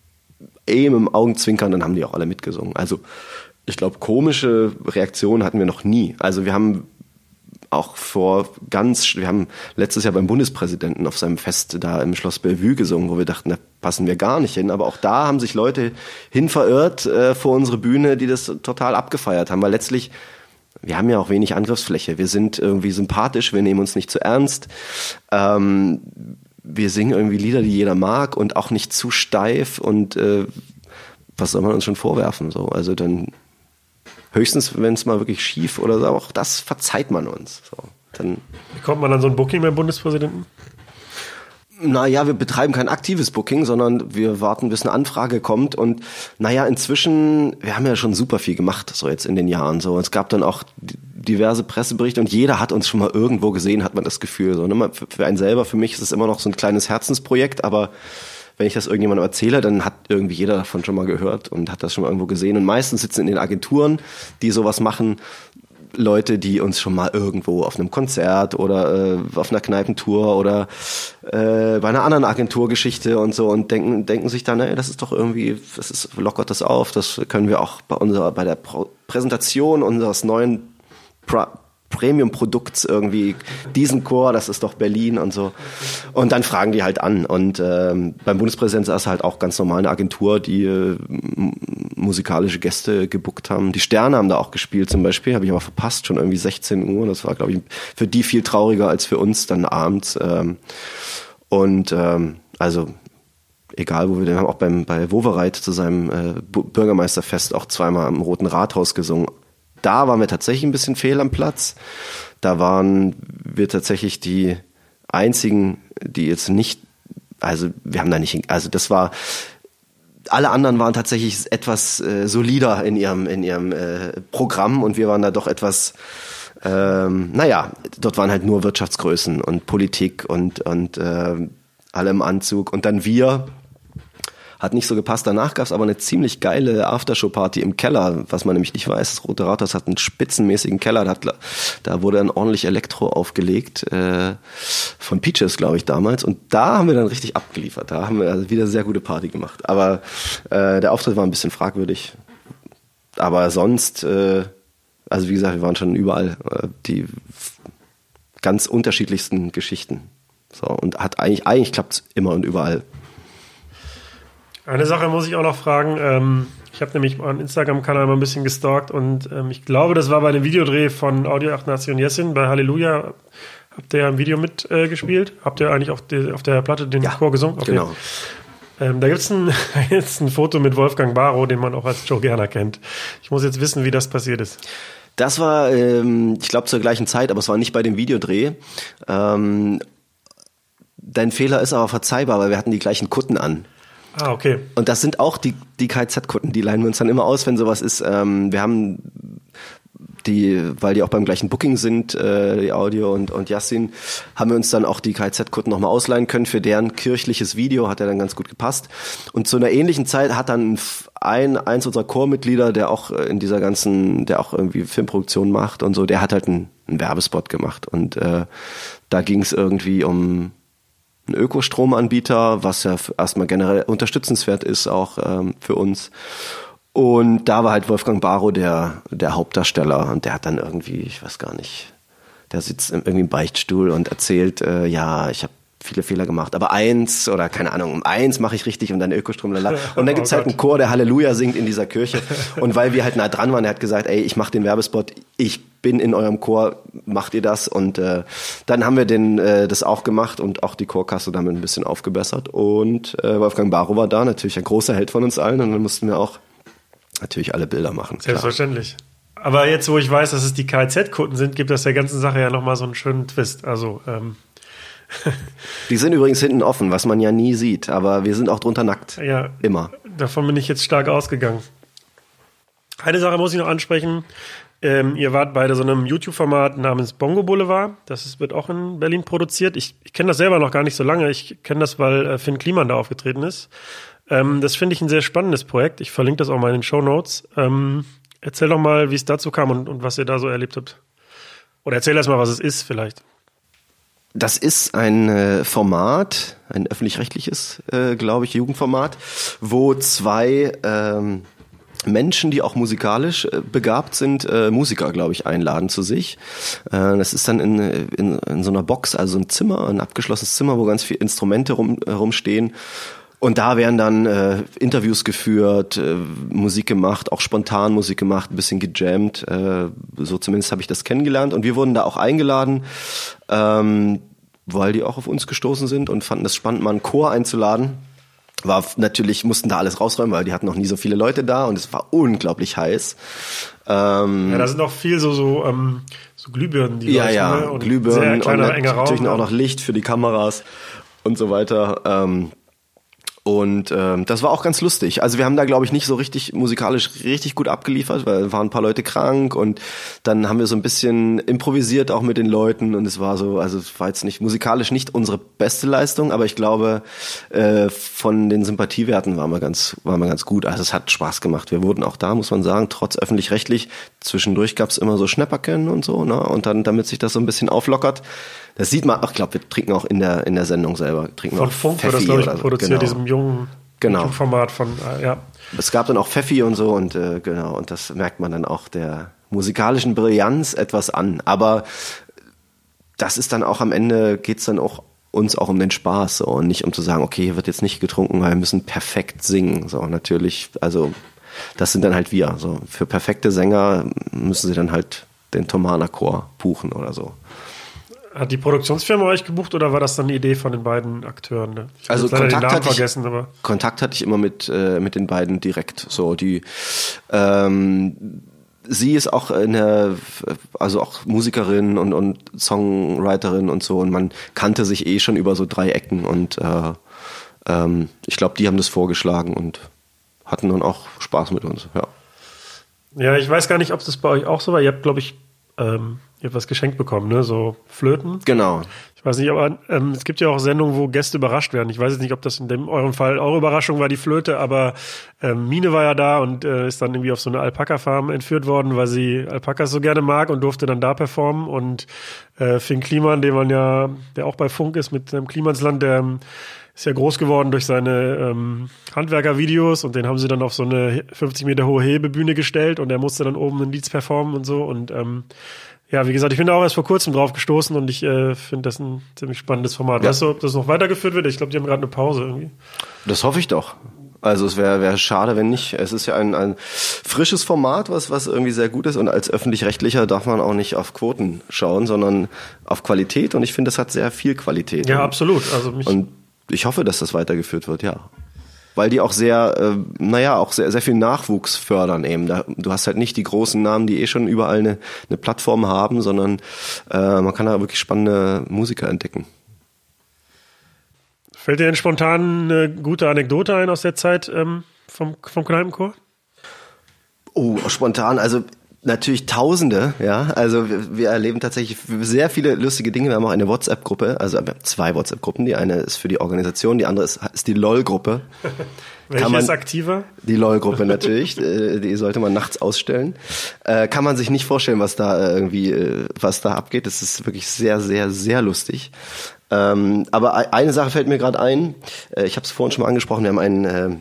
eh mit dem Augenzwinkern, dann haben die auch alle mitgesungen. Also ich glaube, komische Reaktionen hatten wir noch nie. Also wir haben auch vor ganz, wir haben letztes Jahr beim Bundespräsidenten auf seinem Fest da im Schloss Bellevue gesungen, wo wir dachten, da passen wir gar nicht hin. Aber auch da haben sich Leute hin verirrt äh, vor unsere Bühne, die das total abgefeiert haben. Weil letztlich, wir haben ja auch wenig Angriffsfläche. Wir sind irgendwie sympathisch, wir nehmen uns nicht zu ernst. Ähm, wir singen irgendwie Lieder, die jeder mag und auch nicht zu steif. Und äh, was soll man uns schon vorwerfen? So, also dann höchstens, wenn es mal wirklich schief oder so, auch das verzeiht man uns. So, dann Wie kommt man an so ein Booking beim Bundespräsidenten? Naja, wir betreiben kein aktives Booking, sondern wir warten, bis eine Anfrage kommt. Und naja, inzwischen, wir haben ja schon super viel gemacht, so jetzt in den Jahren. So, es gab dann auch diverse Presseberichte und jeder hat uns schon mal irgendwo gesehen, hat man das Gefühl. So, ne? Für einen selber, für mich ist es immer noch so ein kleines Herzensprojekt, aber wenn ich das irgendjemandem erzähle, dann hat irgendwie jeder davon schon mal gehört und hat das schon mal irgendwo gesehen. Und meistens sitzen in den Agenturen, die sowas machen, Leute, die uns schon mal irgendwo auf einem Konzert oder äh, auf einer Kneipentour oder äh, bei einer anderen Agenturgeschichte und so und denken denken sich dann, ey, das ist doch irgendwie, das ist, lockert das auf, das können wir auch bei unserer bei der Pro- Präsentation unseres neuen Pro- Premium-Produkts irgendwie, diesen Chor, das ist doch Berlin und so. Und dann fragen die halt an. Und ähm, beim Bundespräsidenten saß halt auch ganz normal eine Agentur, die äh, m- musikalische Gäste gebuckt haben. Die Sterne haben da auch gespielt zum Beispiel, habe ich aber verpasst, schon irgendwie sechzehn Uhr. Das war, glaube ich, für die viel trauriger als für uns dann abends. Ähm, und ähm, also egal, wo wir, wir haben auch beim bei Wowereit zu seinem äh, Bürgermeisterfest auch zweimal im Roten Rathaus gesungen. Da waren wir tatsächlich ein bisschen fehl am Platz. Da waren wir tatsächlich die einzigen, die jetzt nicht, also wir haben da nicht, also das war, alle anderen waren tatsächlich etwas äh, solider in ihrem in ihrem äh, Programm und wir waren da doch etwas, ähm, naja, dort waren halt nur Wirtschaftsgrößen und Politik und und äh, alle im Anzug und dann wir. Hat nicht so gepasst. Danach gab es aber eine ziemlich geile Aftershow-Party im Keller, was man nämlich nicht weiß. Das Rote Rathaus hat einen spitzenmäßigen Keller. Da, hat, da wurde dann ordentlich Elektro aufgelegt, äh, von Peaches, glaube ich, damals. Und da haben wir dann richtig abgeliefert. Da haben wir also wieder sehr gute Party gemacht. Aber äh, der Auftritt war ein bisschen fragwürdig. Aber sonst, äh, also wie gesagt, wir waren schon überall äh, die ganz unterschiedlichsten Geschichten. So, und hat eigentlich, eigentlich klappt es immer und überall. Eine Sache muss ich auch noch fragen. Ähm, ich habe nämlich meinen Instagram-Kanal mal ein bisschen gestalkt und ähm, ich glaube, das war bei dem Videodreh von Audio acht Nation Jessin bei Halleluja. Habt ihr ja im Video mitgespielt? Äh, Habt ihr eigentlich auf, die, auf der Platte den ja, Chor gesungen? Okay. Genau. Ähm, da gibt es ein, jetzt ein Foto mit Wolfgang Barrow, den man auch als Joe Gerner kennt. Ich muss jetzt wissen, wie das passiert ist. Das war, ähm, ich glaube, zur gleichen Zeit, aber es war nicht bei dem Videodreh. Ähm, dein Fehler ist aber verzeihbar, weil wir hatten die gleichen Kutten an. Ah, okay. Und das sind auch die, die K Z-Kunden, die leihen wir uns dann immer aus, wenn sowas ist. Ähm, wir haben die, weil die auch beim gleichen Booking sind, äh, die Audio und, und Yassin, haben wir uns dann auch die K Z-Kunden nochmal ausleihen können. Für deren kirchliches Video hat er dann ganz gut gepasst. Und zu einer ähnlichen Zeit hat dann ein, eins unserer Chormitglieder, der auch in dieser ganzen, der auch irgendwie Filmproduktion macht und so, der hat halt einen, einen Werbespot gemacht. Und äh, da ging es irgendwie um ein Ökostromanbieter, was ja erstmal generell unterstützenswert ist, auch ähm, für uns. Und da war halt Wolfgang Barrow der, der Hauptdarsteller und der hat dann irgendwie, ich weiß gar nicht, der sitzt irgendwie im Beichtstuhl und erzählt, äh, ja, ich habe viele Fehler gemacht, aber eins oder keine Ahnung, um eins mache ich richtig und dann Ökostrom, lala. Und dann gibt's oh halt einen Chor, der Halleluja singt in dieser Kirche. Und weil wir halt nah dran waren, der hat gesagt, ey, ich mache den Werbespot, ich bin in eurem Chor, macht ihr das? Und äh, dann haben wir den äh, das auch gemacht und auch die Chorkasse damit ein bisschen aufgebessert. Und äh, Wolfgang Barrow war da, natürlich ein großer Held von uns allen. Und dann mussten wir auch natürlich alle Bilder machen. Selbstverständlich. Klar. Aber jetzt, wo ich weiß, dass es die K Z-Kunden sind, gibt das der ganzen Sache ja nochmal so einen schönen Twist. Also ähm die sind übrigens hinten offen, was man ja nie sieht, aber wir sind auch drunter nackt. Ja, immer. Davon bin ich jetzt stark ausgegangen. Eine Sache muss ich noch ansprechen. Ähm, ihr wart bei so einem YouTube-Format namens Bongo Boulevard. Das ist, wird auch in Berlin produziert. Ich, ich kenne das selber noch gar nicht so lange. Ich kenne das, weil äh, Finn Kliman da aufgetreten ist. Ähm, das finde ich ein sehr spannendes Projekt. Ich verlinke das auch mal in den Shownotes. Ähm, erzähl doch mal, wie es dazu kam und, und was ihr da so erlebt habt. Oder erzähl erst mal, was es ist vielleicht. Das ist ein äh, Format, ein öffentlich-rechtliches, äh, glaube ich, Jugendformat, wo zwei ähm, Menschen, die auch musikalisch äh, begabt sind, äh, Musiker, glaube ich, einladen zu sich. Äh, das ist dann in, in, in so einer Box, also ein Zimmer, ein abgeschlossenes Zimmer, wo ganz viele Instrumente rum, äh, rumstehen. Und da werden dann äh, Interviews geführt, äh, Musik gemacht, auch spontan Musik gemacht, ein bisschen gejammt. Äh, so zumindest habe ich das kennengelernt. Und wir wurden da auch eingeladen, ähm, weil die auch auf uns gestoßen sind und fanden es spannend, mal einen Chor einzuladen. War natürlich, mussten da alles rausräumen, weil die hatten noch nie so viele Leute da und es war unglaublich heiß. Ähm, ja, da sind auch viel so, so, ähm, so Glühbirnen, die ja, leuchten, ja, ne? Und Glühbirnen sehr kleiner, und enger Raum, natürlich ja. auch noch Licht für die Kameras und so weiter. Ähm, Und ähm, das war auch ganz lustig. Also wir haben da, glaube ich, nicht so richtig musikalisch richtig gut abgeliefert, weil waren ein paar Leute krank und dann haben wir so ein bisschen improvisiert auch mit den Leuten und es war so, also es war jetzt nicht musikalisch nicht unsere beste Leistung, aber ich glaube, äh, von den Sympathiewerten waren wir ganz, waren wir ganz gut. Also es hat Spaß gemacht. Wir wurden auch da, muss man sagen, trotz öffentlich-rechtlich, zwischendurch gab's immer so Schnäpperken und so, ne? Und dann, damit sich das so ein bisschen auflockert. Das sieht man, ach, ich glaube, wir trinken auch in der in der Sendung selber. Trinken von auch Funk wird das, glaube ich, so. produziert, Genau. diesem jungen Genau. Format von, äh, ja. Es gab dann auch Pfeffi und so und äh, genau, und das merkt man dann auch der musikalischen Brillanz etwas an. Aber das ist dann auch am Ende, geht's dann auch uns auch um den Spaß so, und nicht um zu sagen, okay, hier wird jetzt nicht getrunken, weil wir müssen perfekt singen. So, natürlich, also das sind dann halt wir. So, für perfekte Sänger müssen sie dann halt den Thomaner Chor buchen oder so. Hat die Produktionsfirma euch gebucht oder war das dann eine Idee von den beiden Akteuren? Ne? Ich Also hab jetzt leider Kontakt den Namen hatte, ich, vergessen, aber Kontakt hatte ich immer mit äh, mit den beiden direkt. So die ähm, sie ist auch eine, also auch Musikerin und und Songwriterin und so, und man kannte sich eh schon über so drei Ecken und äh, ähm, ich glaube, die haben das vorgeschlagen und hatten dann auch Spaß mit uns. Ja. Ja, ich weiß gar nicht, ob das bei euch auch so war. Ihr habt, glaube ich, ähm, ihr habt was geschenkt bekommen, ne? So Flöten. Genau. Ich weiß nicht, aber ähm, es gibt ja auch Sendungen, wo Gäste überrascht werden. Ich weiß jetzt nicht, ob das in dem eurem Fall eure Überraschung war, die Flöte, aber ähm, Mine war ja da und äh, ist dann irgendwie auf so eine Alpaka-Farm entführt worden, weil sie Alpakas so gerne mag und durfte dann da performen. Und äh, Finn Kliman, den man ja, der auch bei Funk ist, mit seinem Klimansland, der ähm, ist ja groß geworden durch seine ähm, Handwerker-Videos, und den haben sie dann auf so eine fünfzig Meter hohe Hebebühne gestellt und er musste dann oben ein Lied performen und so. Und ähm, ja, wie gesagt, ich bin da auch erst vor kurzem drauf gestoßen und ich äh, finde das ein ziemlich spannendes Format. Ja. Weißt du, ob das noch weitergeführt wird? Ich glaube, die haben gerade eine Pause irgendwie. Das hoffe ich doch. Also es wäre wär schade, wenn nicht. Es ist ja ein, ein frisches Format, was, was irgendwie sehr gut ist, und als Öffentlich-Rechtlicher darf man auch nicht auf Quoten schauen, sondern auf Qualität, und ich finde, das hat sehr viel Qualität. Ja, und, absolut. Also mich und ich hoffe, dass das weitergeführt wird, ja. Weil die auch sehr, äh, naja, auch sehr, sehr viel Nachwuchs fördern eben. Da, du hast halt nicht die großen Namen, die eh schon überall eine, eine Plattform haben, sondern äh, man kann da wirklich spannende Musiker entdecken. Fällt dir denn spontan eine gute Anekdote ein aus der Zeit ähm, vom, vom Kneipenchor? Oh, spontan, also natürlich Tausende, ja. Also wir, wir erleben tatsächlich sehr viele lustige Dinge. Wir haben auch eine WhatsApp-Gruppe, also wir haben zwei WhatsApp-Gruppen. Die eine ist für die Organisation, die andere ist, ist die LOL-Gruppe. Welche man, ist aktiver? Die LOL-Gruppe natürlich, die sollte man nachts ausstellen. Äh, kann man sich nicht vorstellen, was da irgendwie, was da abgeht. Das ist wirklich sehr, sehr, sehr lustig. Ähm, aber eine Sache fällt mir gerade ein. Ich habe es vorhin schon mal angesprochen. Wir haben einen äh,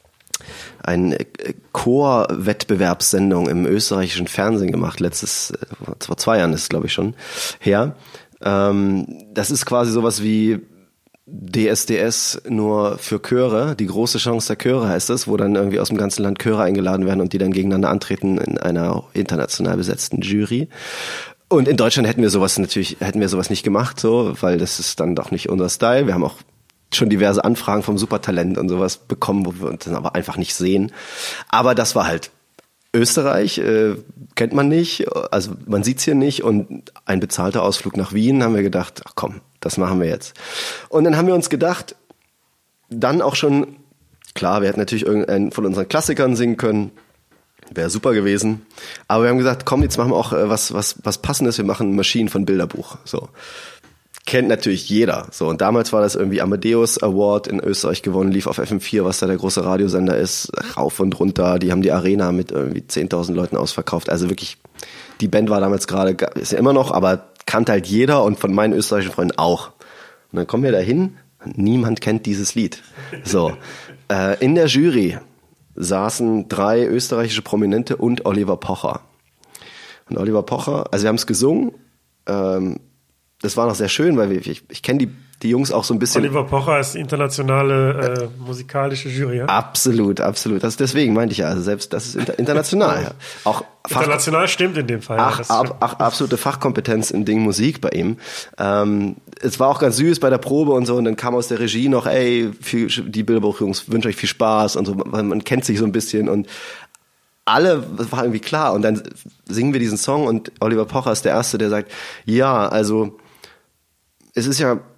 eine Chor-Wettbewerbssendung im österreichischen Fernsehen gemacht, letztes, vor zwei Jahren ist es, glaube ich, schon her. Ähm, das ist quasi sowas wie D S D S nur für Chöre, die große Chance der Chöre heißt es, wo dann irgendwie aus dem ganzen Land Chöre eingeladen werden und die dann gegeneinander antreten in einer international besetzten Jury. Und in Deutschland hätten wir sowas natürlich, hätten wir sowas nicht gemacht, so, weil das ist dann doch nicht unser Style. Wir haben auch schon diverse Anfragen vom Supertalent und sowas bekommen, wo wir uns dann aber einfach nicht sehen. Aber das war halt Österreich, äh, kennt man nicht, also man sieht's hier nicht, und ein bezahlter Ausflug nach Wien, haben wir gedacht, ach komm, das machen wir jetzt. Und dann haben wir uns gedacht, dann auch schon, klar, wir hätten natürlich irgendeinen von unseren Klassikern singen können, wäre super gewesen, aber wir haben gesagt, komm, jetzt machen wir auch äh, was, was, was Passendes, wir machen Maschinen von Bilderbuch, so. Kennt natürlich jeder. So, und damals war das irgendwie Amadeus Award in Österreich gewonnen, lief auf F M vier, was da der große Radiosender ist, rauf und runter. Die haben die Arena mit irgendwie zehntausend Leuten ausverkauft. Also wirklich, die Band war damals gerade, ist ja immer noch, aber kannte halt jeder und von meinen österreichischen Freunden auch. Und dann kommen wir da hin, niemand kennt dieses Lied. So, äh, in der Jury saßen drei österreichische Prominente und Oliver Pocher. Und Oliver Pocher, also wir haben es gesungen, ähm, das war noch sehr schön, weil wir, ich, ich kenne die, die Jungs auch so ein bisschen. Oliver Pocher ist die internationale äh, musikalische Jury, ja? Absolut, absolut. Das, deswegen meinte ich ja, also selbst das ist inter, international. Ja. Auch Fach, international stimmt in dem Fall. Ach, ja, ab, ach, absolute Fachkompetenz in Ding Musik bei ihm. Ähm, es war auch ganz süß bei der Probe und so, und dann kam aus der Regie noch, ey, viel, die Bilderbuch-Jungs, wünsche euch viel Spaß und so, weil man kennt sich so ein bisschen, und alle, das war irgendwie klar. Und dann singen wir diesen Song und Oliver Pocher ist der Erste, der sagt, ja, also es ist ja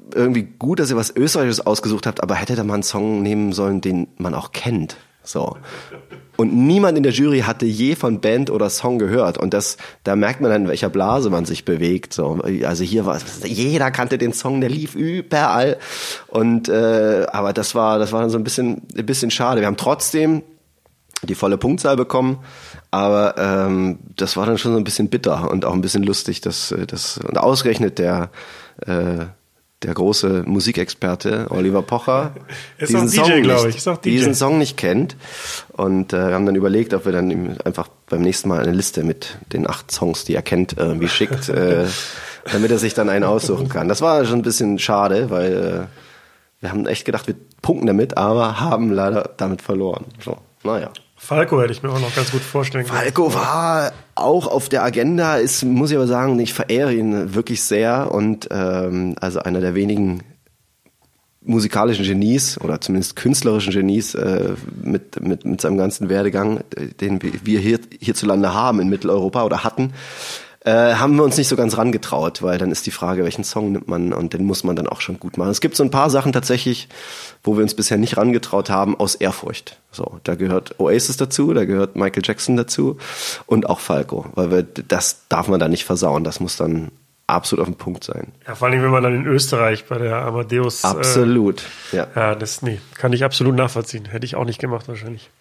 irgendwie gut, dass ihr was Österreichisches ausgesucht habt, aber hätte da mal einen Song nehmen sollen, den man auch kennt. So. Und niemand in der Jury hatte je von Band oder Song gehört. Und das, da merkt man dann, in welcher Blase man sich bewegt. So. Also hier war, jeder kannte den Song, der lief überall. Und, äh, aber das war, das war dann so ein bisschen, ein bisschen schade. Wir haben trotzdem die volle Punktzahl bekommen. Aber, ähm, das war dann schon so ein bisschen bitter und auch ein bisschen lustig, dass, das, und ausgerechnet der, äh, der große Musikexperte Oliver Pocher ist diesen, auch D J, Song glaube nicht, ich. Ist auch D J. diesen Song nicht kennt. Und äh, wir haben dann überlegt, ob wir dann ihm einfach beim nächsten Mal eine Liste mit den acht Songs, die er kennt, irgendwie schickt, äh, damit er sich dann einen aussuchen kann. Das war schon ein bisschen schade, weil äh, wir haben echt gedacht, wir punkten damit, aber haben leider damit verloren. So, naja. Falco hätte ich mir auch noch ganz gut vorstellen können. Falco war auch auf der Agenda, ist, muss ich aber sagen, ich verehre ihn wirklich sehr und ähm, also einer der wenigen musikalischen Genies oder zumindest künstlerischen Genies äh, mit, mit, mit seinem ganzen Werdegang, den wir hier, hierzulande haben in Mitteleuropa oder hatten, äh, haben wir uns nicht so ganz rangetraut, weil dann ist die Frage, welchen Song nimmt man und den muss man dann auch schon gut machen. Es gibt so ein paar Sachen tatsächlich, wo wir uns bisher nicht rangetraut haben, aus Ehrfurcht. So, da gehört Oasis dazu, da gehört Michael Jackson dazu und auch Falco, weil wir, das darf man da nicht versauen, das muss dann absolut auf den Punkt sein. Ja, vor allem, wenn man dann in Österreich bei der Amadeus... Absolut, äh, ja. Ja, das, nee, kann ich absolut nachvollziehen. Hätte ich auch nicht gemacht wahrscheinlich.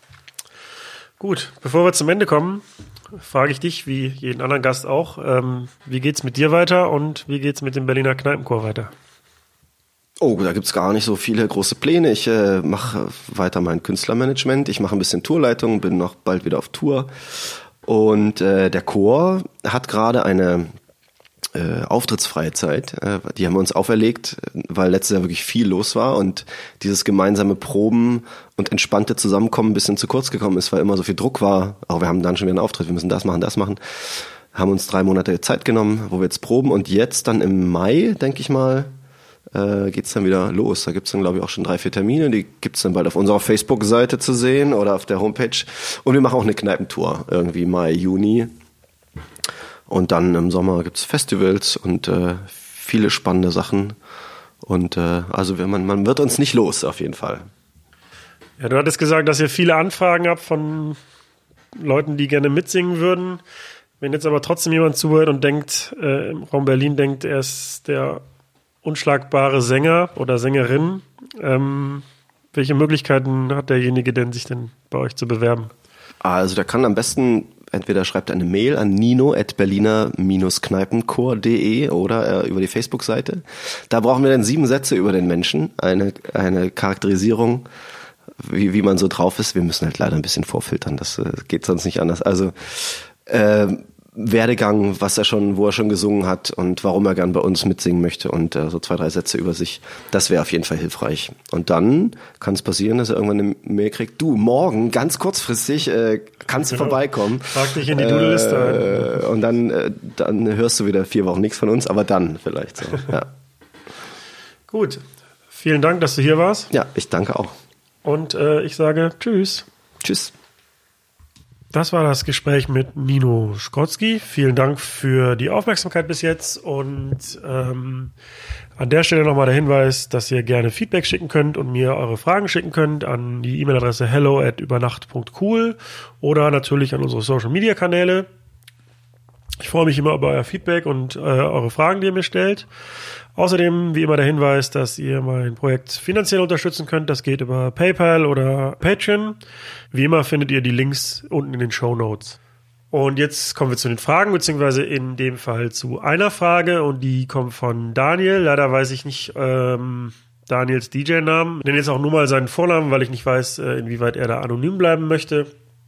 Gut, bevor wir zum Ende kommen, frage ich dich, wie jeden anderen Gast auch, ähm, wie geht's mit dir weiter und wie geht's mit dem Berliner Kneipenchor weiter? Oh, da gibt's gar nicht so viele große Pläne. Ich äh, mache weiter mein Künstlermanagement. Ich mache ein bisschen Tourleitung, bin noch bald wieder auf Tour. Und äh, der Chor hat gerade eine äh, auftrittsfreie Zeit. Äh, die haben wir uns auferlegt, weil letztes Jahr wirklich viel los war und dieses gemeinsame Proben und entspannte Zusammenkommen ein bisschen zu kurz gekommen ist, weil immer so viel Druck war. Aber wir haben dann schon wieder einen Auftritt, wir müssen das machen, das machen. Haben uns drei Monate Zeit genommen, wo wir jetzt proben. Und jetzt dann im Mai, denke ich mal, Äh, geht's dann wieder los. Da gibt's dann, glaube ich, auch schon drei, vier Termine. Die gibt's dann bald auf unserer Facebook-Seite zu sehen oder auf der Homepage. Und wir machen auch eine Kneipentour, irgendwie Mai, Juni. Und dann im Sommer gibt's Festivals und äh, viele spannende Sachen. Und äh, also man, man wird uns nicht los, auf jeden Fall. Ja, du hattest gesagt, dass ihr viele Anfragen habt von Leuten, die gerne mitsingen würden. Wenn jetzt aber trotzdem jemand zuhört und denkt, äh, im Raum Berlin denkt, er ist der unschlagbare Sänger oder Sängerin. Ähm, welche Möglichkeiten hat derjenige denn, sich denn bei euch zu bewerben? Also der kann am besten, entweder schreibt eine Mail an nino at berliner kneipenchor punkt de oder äh, über die Facebook-Seite. Da brauchen wir dann sieben Sätze über den Menschen, eine, eine Charakterisierung, wie, wie man so drauf ist. Wir müssen halt leider ein bisschen vorfiltern, das äh, geht sonst nicht anders. Also äh, Werdegang, was er schon, wo er schon gesungen hat und warum er gern bei uns mitsingen möchte und äh, so zwei, drei Sätze über sich. Das wäre auf jeden Fall hilfreich. Und dann kann es passieren, dass er irgendwann eine Mail kriegt, du, morgen, ganz kurzfristig, äh, kannst du genau. vorbeikommen. Frag dich in die Doodle-Liste äh, Und dann, äh, dann hörst du wieder vier Wochen nichts von uns, aber dann vielleicht so. Ja. Gut, vielen Dank, dass du hier warst. Ja, ich danke auch. Und äh, ich sage Tschüss. Tschüss. Das war das Gespräch mit Nino Schkotzky. Vielen Dank für die Aufmerksamkeit bis jetzt und ähm, an der Stelle nochmal der Hinweis, dass ihr gerne Feedback schicken könnt und mir eure Fragen schicken könnt an die E-Mail-Adresse hello at übernacht punkt cool oder natürlich an unsere Social-Media-Kanäle. Ich freue mich immer über euer Feedback und äh, eure Fragen, die ihr mir stellt. Außerdem, wie immer, der Hinweis, dass ihr mein Projekt finanziell unterstützen könnt. Das geht über PayPal oder Patreon. Wie immer findet ihr die Links unten in den Shownotes. Und jetzt kommen wir zu den Fragen, beziehungsweise in dem Fall zu einer Frage. Und die kommt von Daniel. Leider weiß ich nicht ähm, Daniels D J-Namen. Ich nenne jetzt auch nur mal seinen Vornamen, weil ich nicht weiß, äh, inwieweit er da anonym bleiben möchte.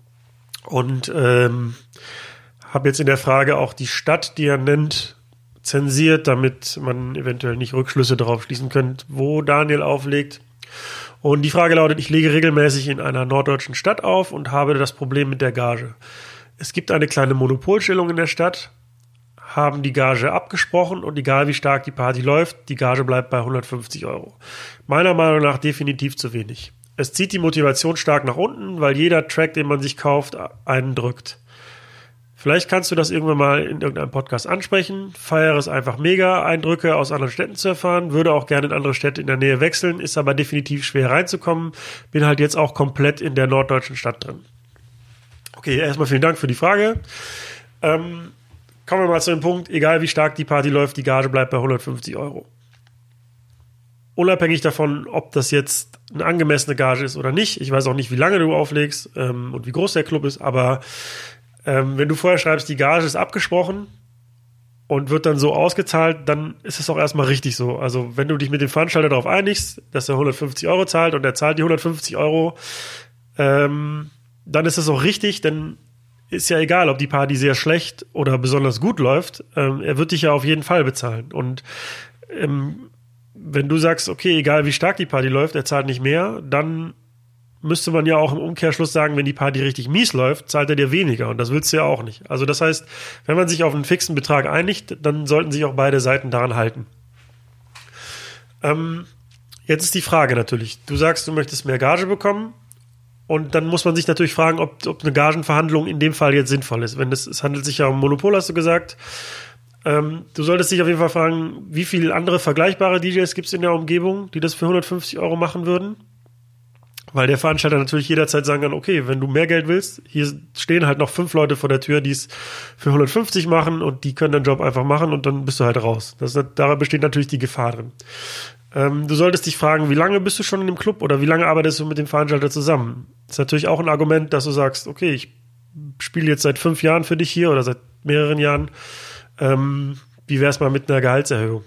Und ähm, habe jetzt in der Frage auch die Stadt, die er nennt, zensiert, damit man eventuell nicht Rückschlüsse darauf schließen könnte, wo Daniel auflegt. Und die Frage lautet, ich lege regelmäßig in einer norddeutschen Stadt auf und habe das Problem mit der Gage. Es gibt eine kleine Monopolstellung in der Stadt, haben die Gage abgesprochen und egal wie stark die Party läuft, die Gage bleibt bei hundertfünfzig Euro. Meiner Meinung nach definitiv zu wenig. Es zieht die Motivation stark nach unten, weil jeder Track, den man sich kauft, einen drückt. Vielleicht kannst du das irgendwann mal in irgendeinem Podcast ansprechen. Feiere es einfach mega, Eindrücke aus anderen Städten zu erfahren. Würde auch gerne in andere Städte in der Nähe wechseln, ist aber definitiv schwer reinzukommen. Bin halt jetzt auch komplett in der norddeutschen Stadt drin. Okay, erstmal vielen Dank für die Frage. Ähm, kommen wir mal zu dem Punkt, egal wie stark die Party läuft, die Gage bleibt bei hundertfünfzig Euro. Unabhängig davon, ob das jetzt eine angemessene Gage ist oder nicht. Ich weiß auch nicht, wie lange du auflegst ähm, und wie groß der Club ist, aber ähm, wenn du vorher schreibst, die Gage ist abgesprochen und wird dann so ausgezahlt, dann ist es auch erstmal richtig so. Also wenn du dich mit dem Veranstalter darauf einigst, dass er hundertfünfzig Euro zahlt und er zahlt die hundertfünfzig Euro, ähm, dann ist es auch richtig, denn ist ja egal, ob die Party sehr schlecht oder besonders gut läuft, ähm, er wird dich ja auf jeden Fall bezahlen. Und ähm, wenn du sagst, okay, egal wie stark die Party läuft, er zahlt nicht mehr, dann müsste man ja auch im Umkehrschluss sagen, wenn die Party richtig mies läuft, zahlt er dir weniger. Und das willst du ja auch nicht. Also das heißt, wenn man sich auf einen fixen Betrag einigt, dann sollten sich auch beide Seiten daran halten. Ähm, jetzt ist die Frage natürlich, du sagst, du möchtest mehr Gage bekommen und dann muss man sich natürlich fragen, ob, ob eine Gagenverhandlung in dem Fall jetzt sinnvoll ist. Wenn das, es handelt sich ja um Monopol, hast du gesagt. Ähm, du solltest dich auf jeden Fall fragen, wie viele andere vergleichbare D Js gibt es in der Umgebung, die das für hundertfünfzig Euro machen würden? Weil der Veranstalter natürlich jederzeit sagen kann, okay, wenn du mehr Geld willst, hier stehen halt noch fünf Leute vor der Tür, die es für hundertfünfzig machen und die können den Job einfach machen und dann bist du halt raus. Das, da besteht natürlich die Gefahr drin. Ähm, du solltest dich fragen, wie lange bist du schon in dem Club oder wie lange arbeitest du mit dem Veranstalter zusammen? Das ist natürlich auch ein Argument, dass du sagst, okay, ich spiele jetzt seit fünf Jahren für dich hier oder seit mehreren Jahren. Ähm, wie wäre es mal mit einer Gehaltserhöhung?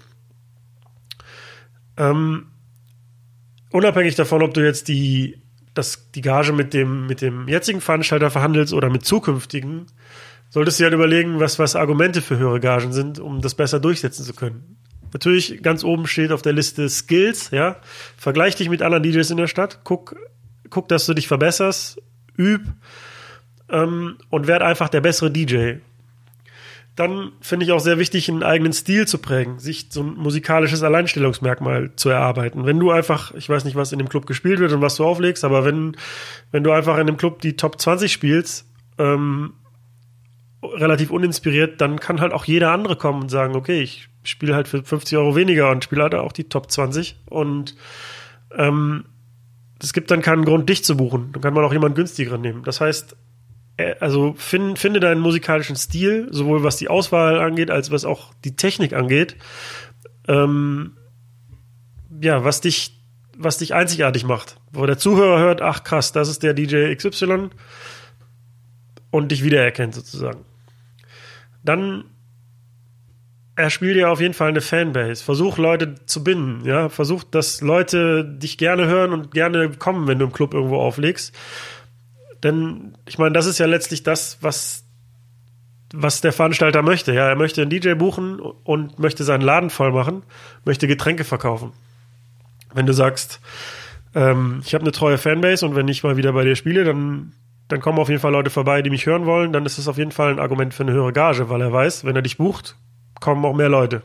Ähm, unabhängig davon, ob du jetzt die, das, die Gage mit dem, mit dem jetzigen Veranstalter verhandelst oder mit zukünftigen, solltest du halt überlegen, was, was Argumente für höhere Gagen sind, um das besser durchsetzen zu können. Natürlich, ganz oben steht auf der Liste Skills, ja. Vergleich dich mit anderen D Js in der Stadt, guck, guck, dass du dich verbesserst, üb ähm, und werd einfach der bessere D J. Dann finde ich auch sehr wichtig, einen eigenen Stil zu prägen, sich so ein musikalisches Alleinstellungsmerkmal zu erarbeiten. Wenn du einfach, ich weiß nicht, was in dem Club gespielt wird und was du auflegst, aber wenn, wenn du einfach in dem Club die Top zwanzig spielst, ähm, relativ uninspiriert, dann kann halt auch jeder andere kommen und sagen, okay, ich spiele halt für fünfzig Euro weniger und spiele halt auch die Top zwanzig und ähm, es gibt dann keinen Grund, dich zu buchen. Dann kann man auch jemanden günstigeren nehmen. Das heißt, also find, finde deinen musikalischen Stil, sowohl was die Auswahl angeht, als was auch die Technik angeht. Ähm, ja, was dich, was dich einzigartig macht. Wo der Zuhörer hört, ach krass, das ist der D J X Y und dich wiedererkennt sozusagen. Dann erspiel dir auf jeden Fall eine Fanbase. Versuch, Leute zu binden. Ja? Versuch, dass Leute dich gerne hören und gerne kommen, wenn du im Club irgendwo auflegst. Denn, ich meine, das ist ja letztlich das, was, was der Veranstalter möchte. Ja, er möchte einen D J buchen und möchte seinen Laden voll machen, möchte Getränke verkaufen. Wenn du sagst, ähm, ich habe eine treue Fanbase und wenn ich mal wieder bei dir spiele, dann, dann kommen auf jeden Fall Leute vorbei, die mich hören wollen, dann ist es auf jeden Fall ein Argument für eine höhere Gage, weil er weiß, wenn er dich bucht, kommen auch mehr Leute.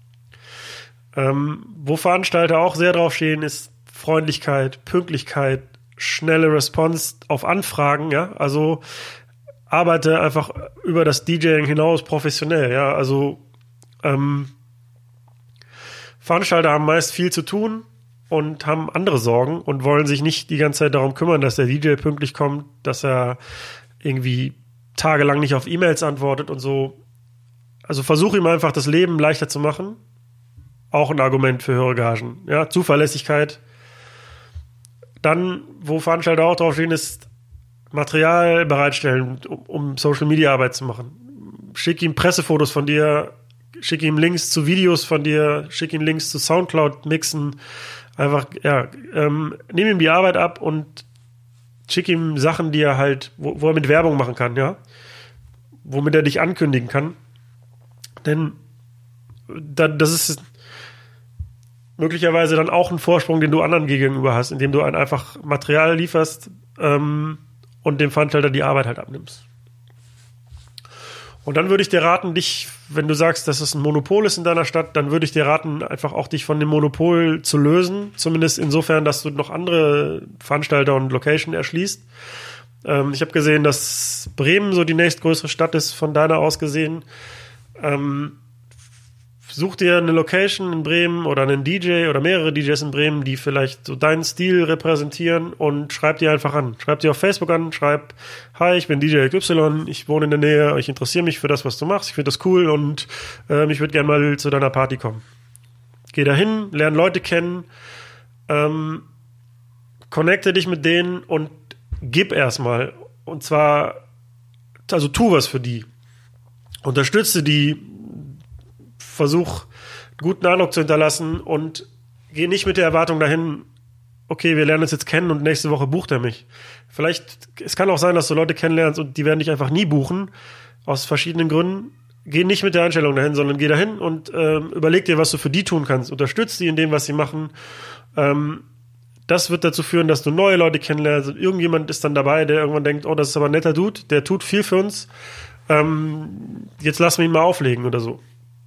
Ähm, wo Veranstalter auch sehr drauf stehen, ist Freundlichkeit, Pünktlichkeit, schnelle Response auf Anfragen, ja, also arbeite einfach über das DJing hinaus professionell, ja, also ähm, Veranstalter haben meist viel zu tun und haben andere Sorgen und wollen sich nicht die ganze Zeit darum kümmern, dass der D J pünktlich kommt, dass er irgendwie tagelang nicht auf E-Mails antwortet und so. Also versuche ihm einfach das Leben leichter zu machen. Auch ein Argument für höhere Gagen. Ja, Zuverlässigkeit. Dann, wo Veranstalter auch draufstehen, ist Material bereitstellen, um, um Social-Media-Arbeit zu machen. Schick ihm Pressefotos von dir, schick ihm Links zu Videos von dir, schick ihm Links zu Soundcloud-Mixen. Einfach, ja, ähm, nimm ihm die Arbeit ab und schick ihm Sachen, die er halt, wo, wo er mit Werbung machen kann, ja. Womit er dich ankündigen kann. Denn da, das ist möglicherweise dann auch ein Vorsprung, den du anderen gegenüber hast, indem du ein einfach Material lieferst ähm, und dem Veranstalter die Arbeit halt abnimmst. Und dann würde ich dir raten, dich, wenn du sagst, dass es ein Monopol ist in deiner Stadt, dann würde ich dir raten, einfach auch dich von dem Monopol zu lösen, zumindest insofern, dass du noch andere Veranstalter und Location erschließt. Ähm, ich habe gesehen, dass Bremen so die nächstgrößere Stadt ist, von deiner aus gesehen. Ähm, such dir eine Location in Bremen oder einen D J oder mehrere D Js in Bremen, die vielleicht so deinen Stil repräsentieren und schreib die einfach an. Schreib die auf Facebook an, schreib, hi, ich bin D J X Y, ich wohne in der Nähe, ich interessiere mich für das, was du machst, ich finde das cool und ähm, ich würde gerne mal zu deiner Party kommen. Geh dahin, lern Leute kennen, ähm, connecte dich mit denen und gib erstmal. Und zwar, also tu was für die. Unterstütze die, versuch, einen guten Eindruck zu hinterlassen und geh nicht mit der Erwartung dahin, okay, wir lernen uns jetzt kennen und nächste Woche bucht er mich. Vielleicht, es kann auch sein, dass du Leute kennenlernst und die werden dich einfach nie buchen, aus verschiedenen Gründen. Geh nicht mit der Einstellung dahin, sondern geh dahin und ähm, überleg dir, was du für die tun kannst. Unterstütz die in dem, was sie machen. Ähm, das wird dazu führen, dass du neue Leute kennenlernst und irgendjemand ist dann dabei, der irgendwann denkt, oh, das ist aber ein netter Dude, der tut viel für uns. Ähm, jetzt lassen wir ihn mal auflegen oder so.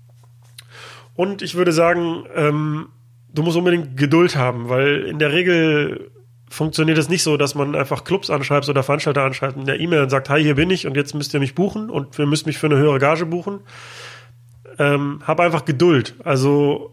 Und ich würde sagen, ähm, du musst unbedingt Geduld haben, weil in der Regel funktioniert es nicht so, dass man einfach Clubs anschreibt oder Veranstalter anschreibt in der E-Mail und sagt, hi, hier bin ich und jetzt müsst ihr mich buchen und wir müssen mich für eine höhere Gage buchen. Ähm, hab einfach Geduld. Also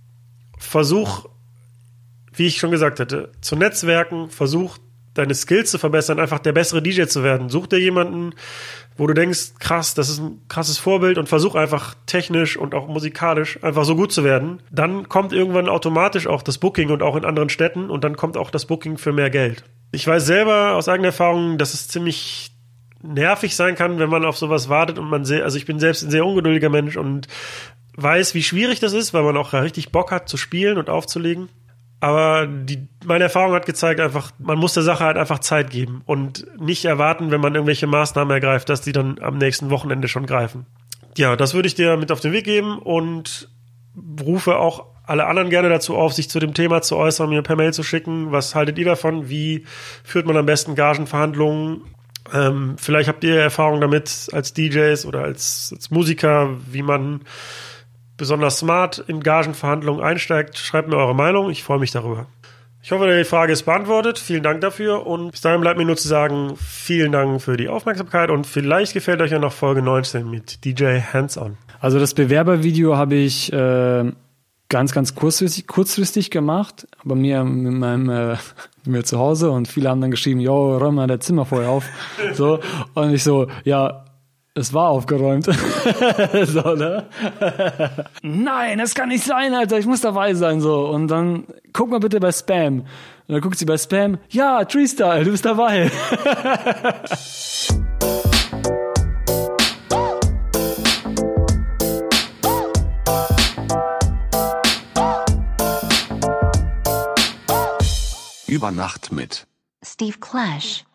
versuch, wie ich schon gesagt hatte, zu netzwerken, versuch deine Skills zu verbessern, einfach der bessere D J zu werden. Such dir jemanden, wo du denkst, krass, das ist ein krasses Vorbild und versuch einfach technisch und auch musikalisch einfach so gut zu werden. Dann kommt irgendwann automatisch auch das Booking und auch in anderen Städten und dann kommt auch das Booking für mehr Geld. Ich weiß selber aus eigener Erfahrung, dass es ziemlich nervig sein kann, wenn man auf sowas wartet und man sehr, also ich bin selbst ein sehr ungeduldiger Mensch und weiß, wie schwierig das ist, weil man auch richtig Bock hat zu spielen und aufzulegen. Aber die, meine Erfahrung hat gezeigt, einfach, man muss der Sache halt einfach Zeit geben und nicht erwarten, wenn man irgendwelche Maßnahmen ergreift, dass die dann am nächsten Wochenende schon greifen. Ja, das würde ich dir mit auf den Weg geben und rufe auch alle anderen gerne dazu auf, sich zu dem Thema zu äußern, mir per Mail zu schicken. Was haltet ihr davon? Wie führt man am besten Gagenverhandlungen? Ähm, vielleicht habt ihr Erfahrung damit als D Js oder als, als Musiker, wie man besonders smart in Gagenverhandlungen einsteigt. Schreibt mir eure Meinung, ich freue mich darüber. Ich hoffe, die Frage ist beantwortet. Vielen Dank dafür und bis dahin bleibt mir nur zu sagen, vielen Dank für die Aufmerksamkeit und vielleicht gefällt euch ja noch Folge neunzehn mit D J Hands-On. Also das Bewerbervideo habe ich äh, ganz, ganz kurzfristig, kurzfristig gemacht, bei mir mit meinem äh, mir zu Hause und viele haben dann geschrieben, yo, räum mal das Zimmer vorher auf. So, und ich so, ja, es war aufgeräumt. So, ne? Nein, das kann nicht sein, Alter, ich muss dabei sein, so. Und dann, guck mal bitte bei Spam. Und dann guckt sie bei Spam, ja, Treestyle, du bist dabei. Über Nacht mit Steve Clash.